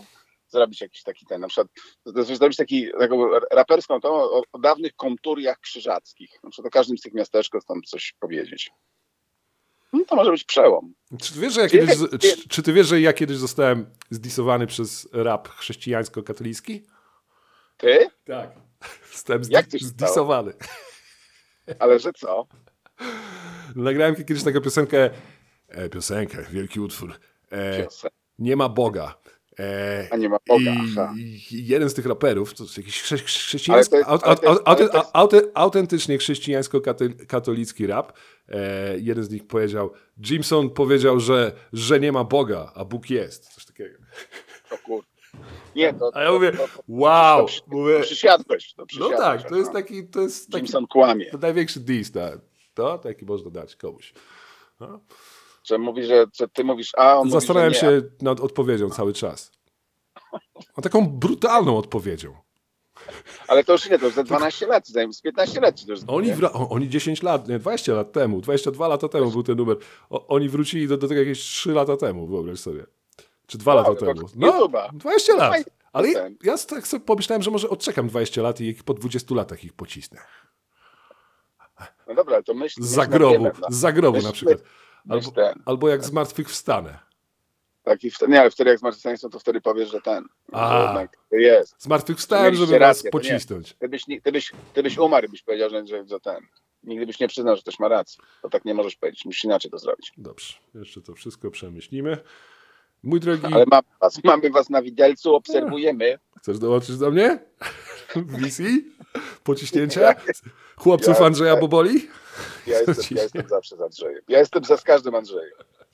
zrobić jakiś taki ten, na przykład zrobić taki, taką raperską to o, o dawnych konturiach krzyżackich. Na przykład o każdym z tych miasteczków tam coś powiedzieć. No to może być przełom. Czy ty wiesz, że ja kiedyś, czy, czy ty wiesz, że ja kiedyś zostałem zdisowany przez rap chrześcijańsko-katolicki? Ty? Tak. Zostałem Jak zdi- to się zdisowany. Ale że co? Nagrałem kiedyś taką piosenkę, e, piosenkę, wielki utwór. E, nie ma Boga. E, A nie ma Boga, i, aha. I jeden z tych raperów, to jest jakiś chrze- chrześcijański, Ale to jest- aut- aut- ale to jest- aut- ale to jest- auty- autentycznie chrześcijańsko-katolicki rap. E, jeden z nich powiedział, Jimson powiedział, że, że nie ma Boga, a Bóg jest. Coś takiego. To kur... Nie, to, A ja mówię, to, to, wow. to, to, Mówię, to przysiadłeś. To no przysiadłeś, tak, to jest no. taki, to jest taki Jimson kłamie. to największy diss, tak. To taki można dać komuś. No. Że mówi, że, że ty mówisz A, on Zastanawiam mówi, że nie. się nad odpowiedzią cały czas. A taką brutalną odpowiedzią. Ale to już nie, to już za dwanaście lat, z piętnaście lat ci to już Oni, nie? wra- o- oni dziesięć lat, nie, dwadzieścia lat temu, dwadzieścia dwa lata temu był ten numer. O, oni wrócili do, do tego jakieś trzy lata temu, wyobraź sobie. Czy dwa Wow, lata to temu. z No, YouTube'a. dwadzieścia lat. Fajny Ale ja, ten. ja tak sobie pomyślałem, że może odczekam dwadzieścia lat i ich po dwudziestu latach ich pocisnę. No dobra, to myśl. Z myśl zagrobu, nad dymem, z zagrobu Myśl- na przykład. myśl Albo, ten. albo jak zmartwychwstanę. Taki wtedy, nie, ale wtedy jak zmartwychwstańcą, to wtedy powiesz, że ten. A. Że jednak to jest. Zmartwychwstałem, Mieliście żeby was rację, to nie. pocisnąć. Ty byś, nie- ty, byś, ty byś umarł i byś powiedział, że, że, że ten. Nigdy byś nie przyznał, że ktoś ma rację. To tak nie możesz powiedzieć. Musisz inaczej to zrobić. Dobrze, jeszcze to wszystko przemyślimy. Mój drogi, Ale mamy was, mamy was na widelcu, obserwujemy. chcesz dołączyć do mnie? V C? Pociśnięcia? Chłopców Ja- Andrzeja Boboli? Ja jestem, ja jestem zawsze z Andrzejem. Ja jestem za z każdym Andrzejem.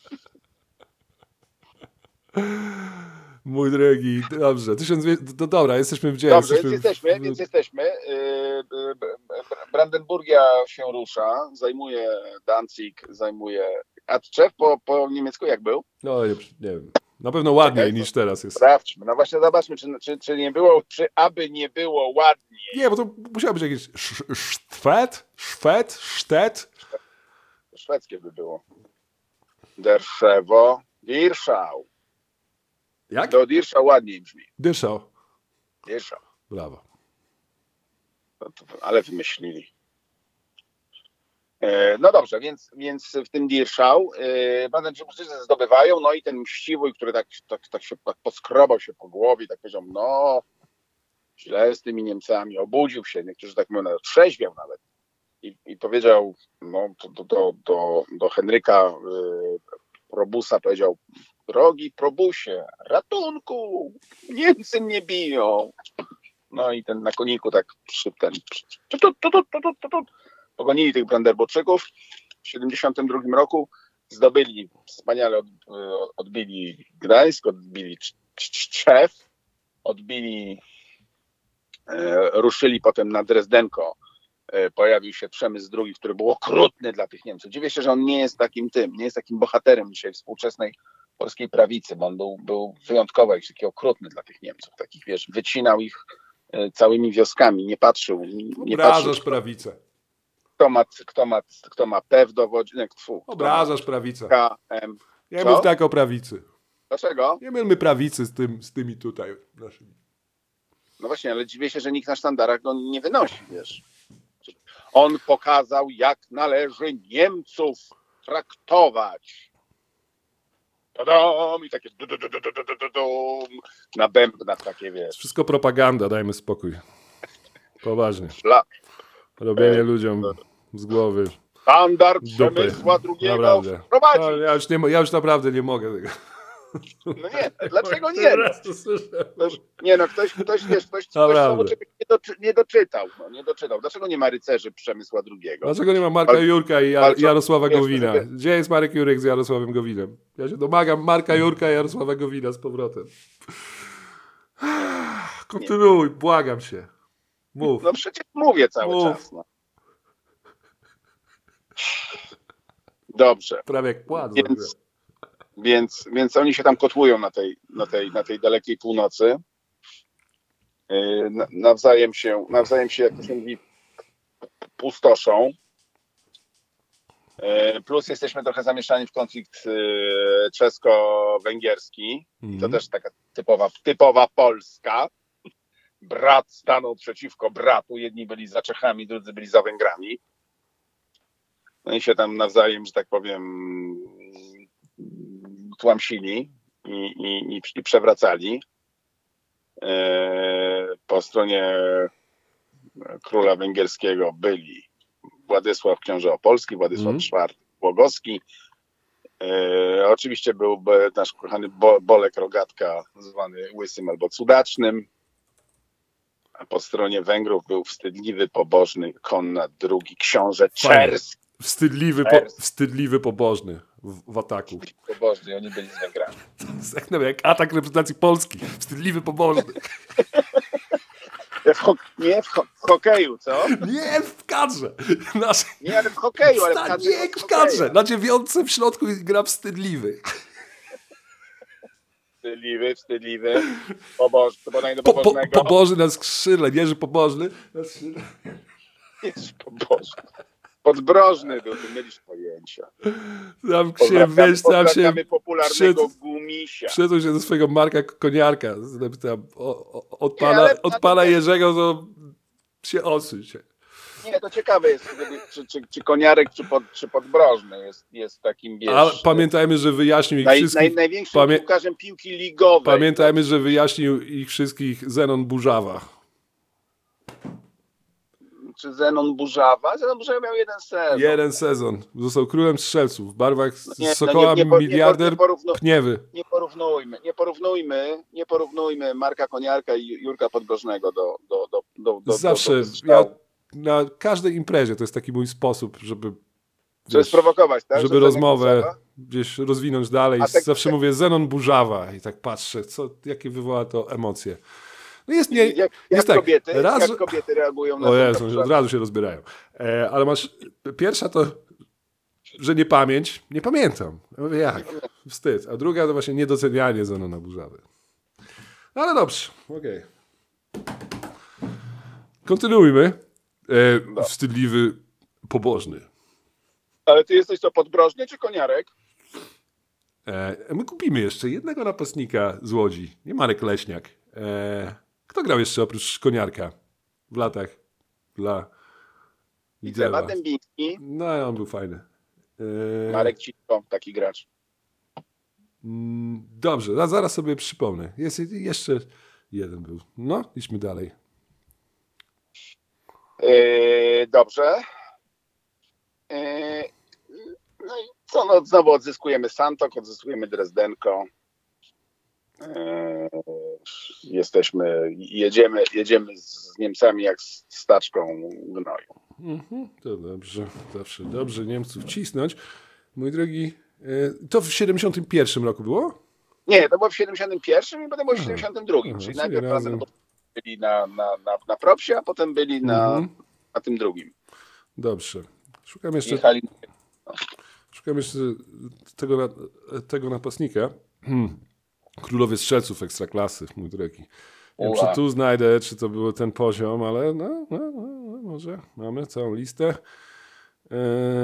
Mój drogi, dobrze. Tysiąc dwie... to dobra, jesteśmy w dziele. Dobrze, jesteśmy więc jesteśmy, w... więc jesteśmy. Yy, yy, Brandenburgia się rusza, zajmuje Danzig, zajmuje... A Czech po, po niemiecku jak był? No, nie, nie wiem. Na pewno ładniej Czekaj, to- niż teraz jest. Sprawdźmy. No właśnie zobaczmy, czy, czy, czy nie było, czy aby nie było ładniej. Nie, bo to musiało być jakieś sz- Szwed? Szwed? Sztet? Szwedzkie by było. Der Szewo, Dirschau. Jak? Do Dirschau ładniej brzmi. Dyszał. Dirschau. Brawo. No to, ale wymyślili. E, No dobrze, więc, więc w tym Dirschau e, Brandenburczycy zdobywają, no i ten mściwój, który tak, tak, tak się tak poskrobał się po głowie, tak powiedział, no źle z tymi Niemcami, obudził się, niektórzy tak mówią, nawet trzeźwiał nawet. I, i powiedział no, do, do, do, do Henryka y, Probusa, powiedział, drogi Probusie, ratunku, Niemcy mnie biją. No i ten na koniku tak przy ten, tu, tu, tu, tu, tu, tu, tu. Pogonili tych Brandenburczyków w siedemdziesiątym drugim roku, zdobyli, wspaniale od, odbili Gdańsk, odbili Tczew, odbili, e, ruszyli potem na Drezdenko. Pojawił się Przemysł drugi, który był okrutny dla tych Niemców. Dziwię się, że on nie jest takim tym, nie jest takim bohaterem dzisiaj współczesnej polskiej prawicy, bo on był, był wyjątkowo jakiś taki okrutny dla tych Niemców. Takich, wiesz, wycinał ich e, całymi wioskami, nie patrzył. Nie patrzył, Obrażasz prawicę. kto ma, kto ma, kto ma P w dowodzie, nie, tfu, kto ma Obrażasz prawicę. K, M. Nie Co? mów tak o prawicy. Dlaczego? Nie mylmy prawicy z, tym, z tymi tutaj naszymi. No właśnie, ale dziwię się, że nikt na sztandarach go nie wynosi, wiesz. On pokazał, jak należy Niemców traktować. Tadam! I takie du, du, du, du, du, du, du, du, na bębnach takie, wiesz. Wszystko propaganda, dajmy spokój. Poważnie. Szlak. Robienie ludziom z głowy Standard dupy. Przemysła drugiego Naprawdę. wprowadzić. No, ja, już nie, mo- ja już naprawdę nie mogę tego. No nie, dlaczego nie? No, Raz to słyszę. ktoś, nie no, ktoś, ktoś, wiesz, ktoś, ktoś Naprawdę. słowo czegoś nie, doczy, nie doczytał. No, nie doczytał. Dlaczego nie ma rycerzy Przemysła drugiego? Dlaczego nie ma Marka Wal- Jurka i Jar- walczą- Jarosława wiesz, Gowina? żeby- Gdzie jest Marek Jurek z Jarosławem Gowinem? Ja się domagam Marka Jurka i Jarosława Gowina z powrotem. Kontynuuj, błagam się. Mów. No przecież mówię cały Mów. czas. No. Dobrze. Prawie jak płat. Więc, więc, więc oni się tam kotłują na tej, na tej, na tej dalekiej północy. Yy, na- Nawzajem się, nawzajem się, jak to się mówi, pustoszą. Plus jesteśmy trochę zamieszani w konflikt czesko-węgierski. I to też taka typowa, typowa Polska. Brat stanął przeciwko bratu. Jedni byli za Czechami, drudzy byli za Węgrami. No i się tam nawzajem, że tak powiem, tłamsili i, i, i przewracali. Po stronie króla węgierskiego byli Władysław książę Opolski, Władysław mm. czwarty Głogowski. E, oczywiście był nasz kochany Bo, Bolek Rogatka, zwany Łysym albo Cudacznym. A po stronie Węgrów był wstydliwy, pobożny Konrad drugi, książę czerski. Wstydliwy, po, wstydliwy, pobożny w, w ataku. Pobożny, oni byli z Węgrami. To jest jak, no, jak atak reprezentacji Polski. Wstydliwy, pobożny. W ho- nie, w, ho- w hokeju, co? Nie, w kadrze. Nasz... Nie, ale w hokeju, ale w kadrze. Nie, w kadrze. Na dziewiątce w środku gra wstydliwy. Wstydliwy, wstydliwy. Pobożny, to bodaj do po, po, pobożnego. Pobożny na skrzydle, Jerzy Pobożny. Na skrzydle. Jerzy Pobożny. Podbrożny był, ty mieliś pojęcia. Tam się weź, tam się popularnego przed, Gumisia. Przyszedł się do swojego Marka Koniarka. Tam, o, o, od pana, nie, od pana to... Jerzego to się odsuń się. Nie, to ciekawe jest, czy, czy, czy Koniarek, czy, pod, czy Podbrożny jest, jest takim, wiesz... Ale pamiętajmy, że wyjaśnił ich naj, wszystkich... Naj, największym pamię... piłkarzem piłki ligowej. Pamiętajmy, że wyjaśnił ich wszystkich Zenon Burzawa. Czy Zenon Burzawa? Zenon Burzawa miał jeden sezon. Jeden sezon. Został królem strzelców w barwach no nie, Sokoła no nie, nie, miliarder nie porównu... Pniewy. Nie porównujmy, nie porównujmy, nie porównujmy Marka Koniarka i Jurka Podbrożnego do, do, do, do, do Zawsze. Do, do ja na każdej imprezie to jest taki mój sposób, żeby żeby wiesz, sprowokować, tak? Żeby rozmowę gdzieś rozwinąć dalej. Tak, zawsze tak... mówię Zenon Burzawa i tak patrzę, co, jakie wywoła to emocje. No jest, nie, jak, jest jak, tak, kobiety, raz, jak kobiety reagują na o Jezu, od razu się rozbierają. E, ale masz, pierwsza to, że nie pamięć, nie pamiętam. Ja mówię, jak? Wstyd. A druga to właśnie niedocenianie Zenona Burzawy. No ale dobrze, okej. Okay. Kontynuujmy. E, no. Wstydliwy, pobożny. Ale ty jesteś to Podbrożny czy Koniarek? E, my kupimy jeszcze jednego napastnika z Łodzi. Nie Marek Leśniak. E, kto grał jeszcze oprócz Koniarka w latach dla Widzewa? Dębiński. No, on był fajny. E, Marek Citko, taki gracz. Dobrze, zaraz sobie przypomnę. Jest jeszcze jeden był. No, idźmy dalej. E, dobrze. E, no i co? No, znowu odzyskujemy Santok, odzyskujemy Drezdenko. Jesteśmy, jedziemy, jedziemy z Niemcami jak z staczką gnoju. Mhm, to dobrze, zawsze dobrze Niemców cisnąć. Mój drogi, to w siedemdziesiątym pierwszym roku było? Nie, to było w siedemdziesiątym pierwszym i potem było w siedemdziesiątym drugim. Aha, czyli najpierw razem byli na, na, na, na propsie, a potem byli na, mhm. na tym drugim. Dobrze. Szukam jeszcze, Jechali... szukam jeszcze tego, tego napastnika. Hmm. Królowie strzelców ekstraklasy, mój drogi. Nie wiem, czy tu znajdę, czy to był ten poziom, ale no, no, no, no może mamy całą listę. Eee...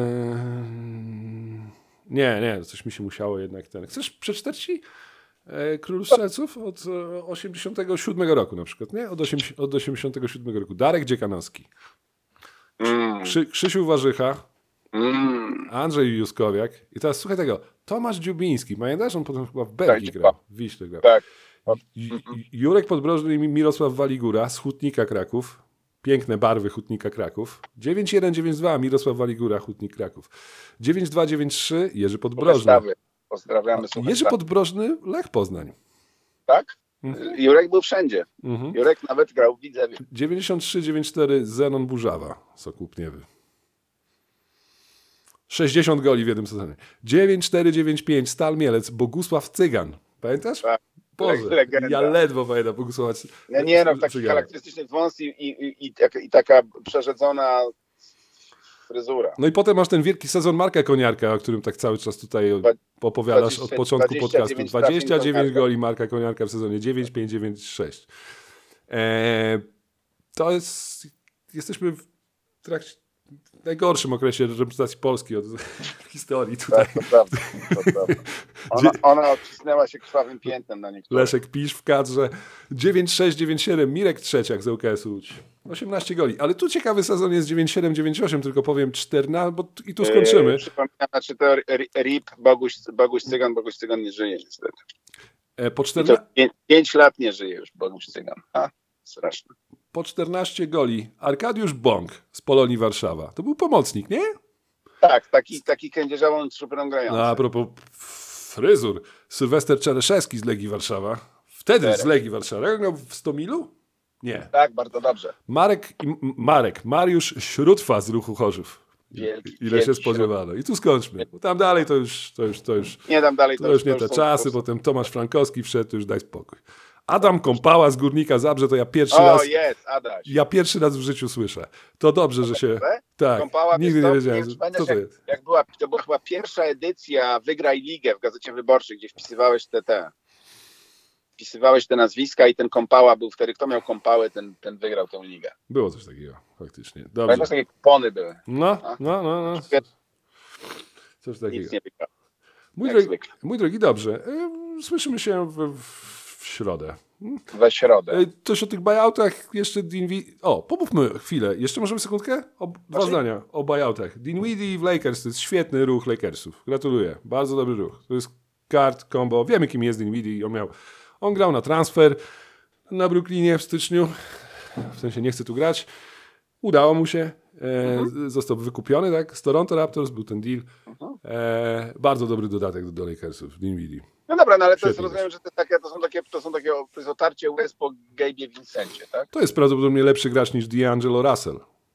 Nie, nie, coś mi się musiało jednak ten. Chcesz przeczytać ci e, Królów Strzelców od osiemdziesiątego siódmego roku na przykład, nie? Od, osiemdziesiątego, od osiemdziesiątego siódmego roku. Darek Dziekanowski. Krzy, Krzysiu Warzycha. Mm. Andrzej Juskowiak. I teraz słuchaj tego. Tomasz Dziubiński. Pamiętasz? On potem chyba w Belgii tak, grał. W Wiśle grał. Tak. Jurek Podbrożny i Mirosław Waligura z Hutnika Kraków. Piękne barwy Hutnika Kraków. dziewięć jeden dziewięć dwa Mirosław Waligura, Hutnik Kraków. dziewięć dwa dziewięć trzy Jerzy Podbrożny. Pozdrawiamy. Jerzy Podbrożny, Lech Poznań. Tak? Mhm. Jurek był wszędzie. Mhm. Jurek nawet grał w Widzewie. dziewięćdziesiąt trzy dziewięćdziesiąt cztery Zenon Burzawa, Sokół Pniewy. sześćdziesiąt goli w jednym sezonie. dziewięć cztery dziewięć pięć Stal Mielec, Bogusław Cygan. Pamiętasz? Tak. Boże, legenda. Ja ledwo pamiętam Bogusława Cygan. No nie no, taki charakterystyczny wąs i, i, i, i, i taka przerzedzona fryzura. No i potem masz ten wielki sezon Marka Koniarka, o którym tak cały czas tutaj opowiadasz od początku podcastu. dwadzieścia dziewięć goli Marka Koniarka w sezonie dziewięć pięć dziewięć sześć. Eee, to jest... Jesteśmy w trakcie... najgorszym okresie reprezentacji Polski od historii tutaj. Tak, to prawda. To prawda. Ona, ona odcisnęła się krwawym piętnem na niektórych. Leszek Pisz w kadrze. dziewięć sześć dziewięć siedem, Mirek Trzeciak z ŁKS Łódź. osiemnaście goli. Ale tu ciekawy sezon jest dziewięć siedem dziewięć osiem, tylko powiem czternaście, bo i tu skończymy. Yy, przypominam, znaczy to R I P, Boguś, Boguś Cygan, Boguś Cygan nie żyje niestety. E, po, czterna... pięć lat nie żyje już Boguś Cygan. A, straszne. po czternaście goli Arkadiusz Bąk z Polonii Warszawa. To był pomocnik, nie? Tak, taki, taki kędzierzałą trzuprą grający. No, a propos fryzur. Sylwester Czereszewski z Legii Warszawa. Wtedy Czerek. z Legii Warszawa. Jak miał w Stomilu? Nie. Tak, bardzo dobrze. Marek, i- M- Marek, Mariusz Śródfa z Ruchu Chorzów. Wielki, Ile wielki się spodziewano. I tu skończmy. Bo tam dalej to już, to już, to już, Nie dam dalej. to już nie te są- czasy. to są- Potem Tomasz Frankowski wszedł, to już daj spokój. Adam Kąpała z Górnika Zabrze, to ja pierwszy O, raz... jest, Adaś. Ja pierwszy raz w życiu słyszę. To dobrze, że się... Tak, Kąpała, nigdy wiesz nie co, wiedziałem, wiem, że- pamiętasz, co to jak, jest. jak była, to była chyba pierwsza edycja Wygraj Ligę w Gazecie Wyborczej, gdzie wpisywałeś te, te wpisywałeś te nazwiska i ten Kąpała był wtedy, kto miał Kąpałę, ten, ten wygrał tę ligę. Było coś takiego, faktycznie. Dobrze. Pamiętasz, takie kupony były. No, no, no, no. Coś takiego. Nic nie wygrał. Mój jak drogi, zwykle. mój drogi, dobrze. Y, Słyszymy się w, w, w środę. We środę. Y, Coś o tych buyoutach jeszcze Dinwiddie... O, pomówmy chwilę. Jeszcze możemy sekundkę? O, dwa Proszę? zdania o buyoutach. Dinwiddie w Lakers to jest świetny ruch Lakersów. Gratuluję. Bardzo dobry ruch. To jest kart, combo. Wiemy, kim jest Dinwiddie. On miał... On grał na transfer na Brooklynie w styczniu. W sensie nie chce tu grać. Udało mu się. E, Mhm. Został wykupiony, tak? Z Toronto Raptors był ten deal. Mhm. E, bardzo dobry dodatek do, do Lakersów. Dinwiddie. No dobra, no ale to jest, Świetnie rozumiem, że to, takie, to są takie, to są takie, to jest otarcie łez po Gabe'ie Vincencie, tak? To jest prawdopodobnie lepszy gracz niż D'Angelo Russell.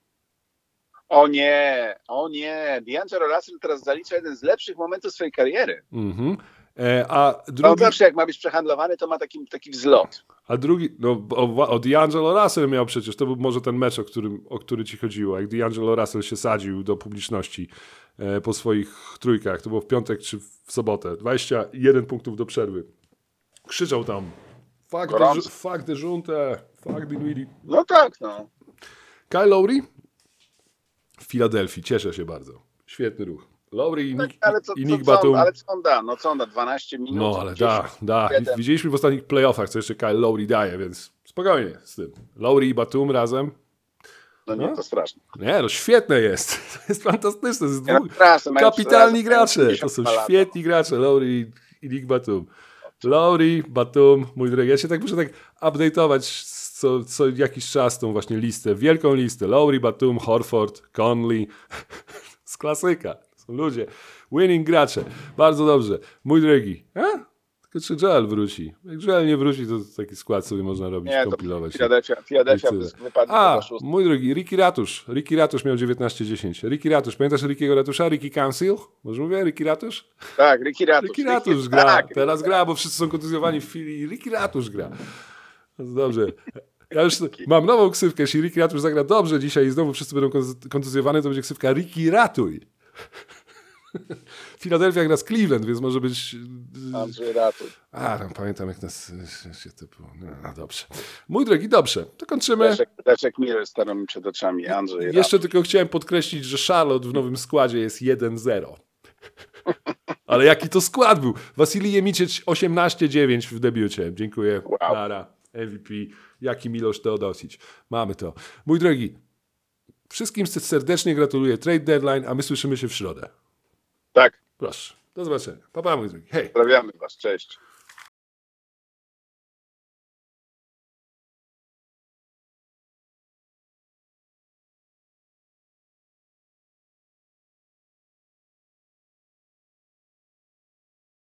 O nie, o nie, D'Angelo Russell teraz zalicza jeden z lepszych momentów swojej kariery. Mhm. E, a No drugi, zawsze jak ma być przehandlowany, to ma taki, taki wzlot. a drugi no, o, o D'Angelo Russell miał przecież, to był może ten mecz, o, którym, o który ci chodziło, jak D'Angelo Russell się sadził do publiczności e, po swoich trójkach. To było w piątek czy w sobotę. dwadzieścia jeden punktów do przerwy. Krzyczał tam fuck the, Gorąco. fuck the żuntę, fuck Dinwiddie. No tak, no. Kyle Lowry w Filadelfii. Cieszę się bardzo. Świetny ruch. Lowry i Tak, Nick, ale co, i co, Nick co, on, Batum. ale co on da? No co on da? dwanaście minut? No, ale dziesięć? da, da. siedem. Widzieliśmy w ostatnich playoffach, co jeszcze Kyle Lowry daje, więc spokojnie z tym. Lowry i Batum razem. No nie, No. to straszne. Nie, no świetne jest. To jest fantastyczne. To jest Nie, no, dwóch straszne, mają kapitalni razem, mają gracze. To pięćdziesiąt są dwa lata. świetni gracze. Lowry i- i Nick Batum. Lowry, Batum, mój drogi. Ja się tak muszę tak update'ować co, co jakiś czas tą właśnie listę. Wielką listę. Lowry, Batum, Horford, Conley. Z klasyka. To są ludzie. Winning gracze. Bardzo dobrze. Mój drogi. A? Tylko czy Joel wróci? Jak Joel nie wróci, to taki skład sobie można robić, Nie, to kompilować. Filadelfia, Filadelfia I tyle. wypadnie A, do szóstej. mój drogi, Ricky Ratusz. Ricky Ratusz miał dziewiętnaście dziesięć. Ricky Ratusz. Pamiętasz Rickiego Ratusza? Ricky Council? Może mówię? Ricky Ratusz? Tak, Ricky Ratusz. Ricky Ratusz gra. Tak, Teraz gra, bo wszyscy są kontuzjowani w chwili. Ricky Ratusz gra. No dobrze. Ja już mam nową ksywkę. Jeśli Ricky Ratusz zagra dobrze dzisiaj i znowu wszyscy będą kontuz- kontuzjowani, to będzie ksywka Ricky Ratuj. Filadelfia gra z Cleveland, więc może być... Andrzej Ratuj. A, tam pamiętam jak nas się to było. No, dobrze. Mój drogi, dobrze. To kończymy. Leszek, Leszek Miller starymi przed oczami. Andrzej Jeszcze Ratuj. tylko chciałem podkreślić, że Charlotte w nowym składzie jest jeden zero. Ale jaki to skład był? Wasilij Jemicic osiemnaście dziewięć w debiucie. Dziękuję. Wow. Nara, M V P. Jaki Miloš Teodosić. Mamy to. Mój drogi, wszystkim serdecznie gratuluję trade deadline, a my słyszymy się w środę. Tak, Proszę. Do zobaczenia. Pa, pa, mój drogi. Hej. pozdrawiamy was. Cześć.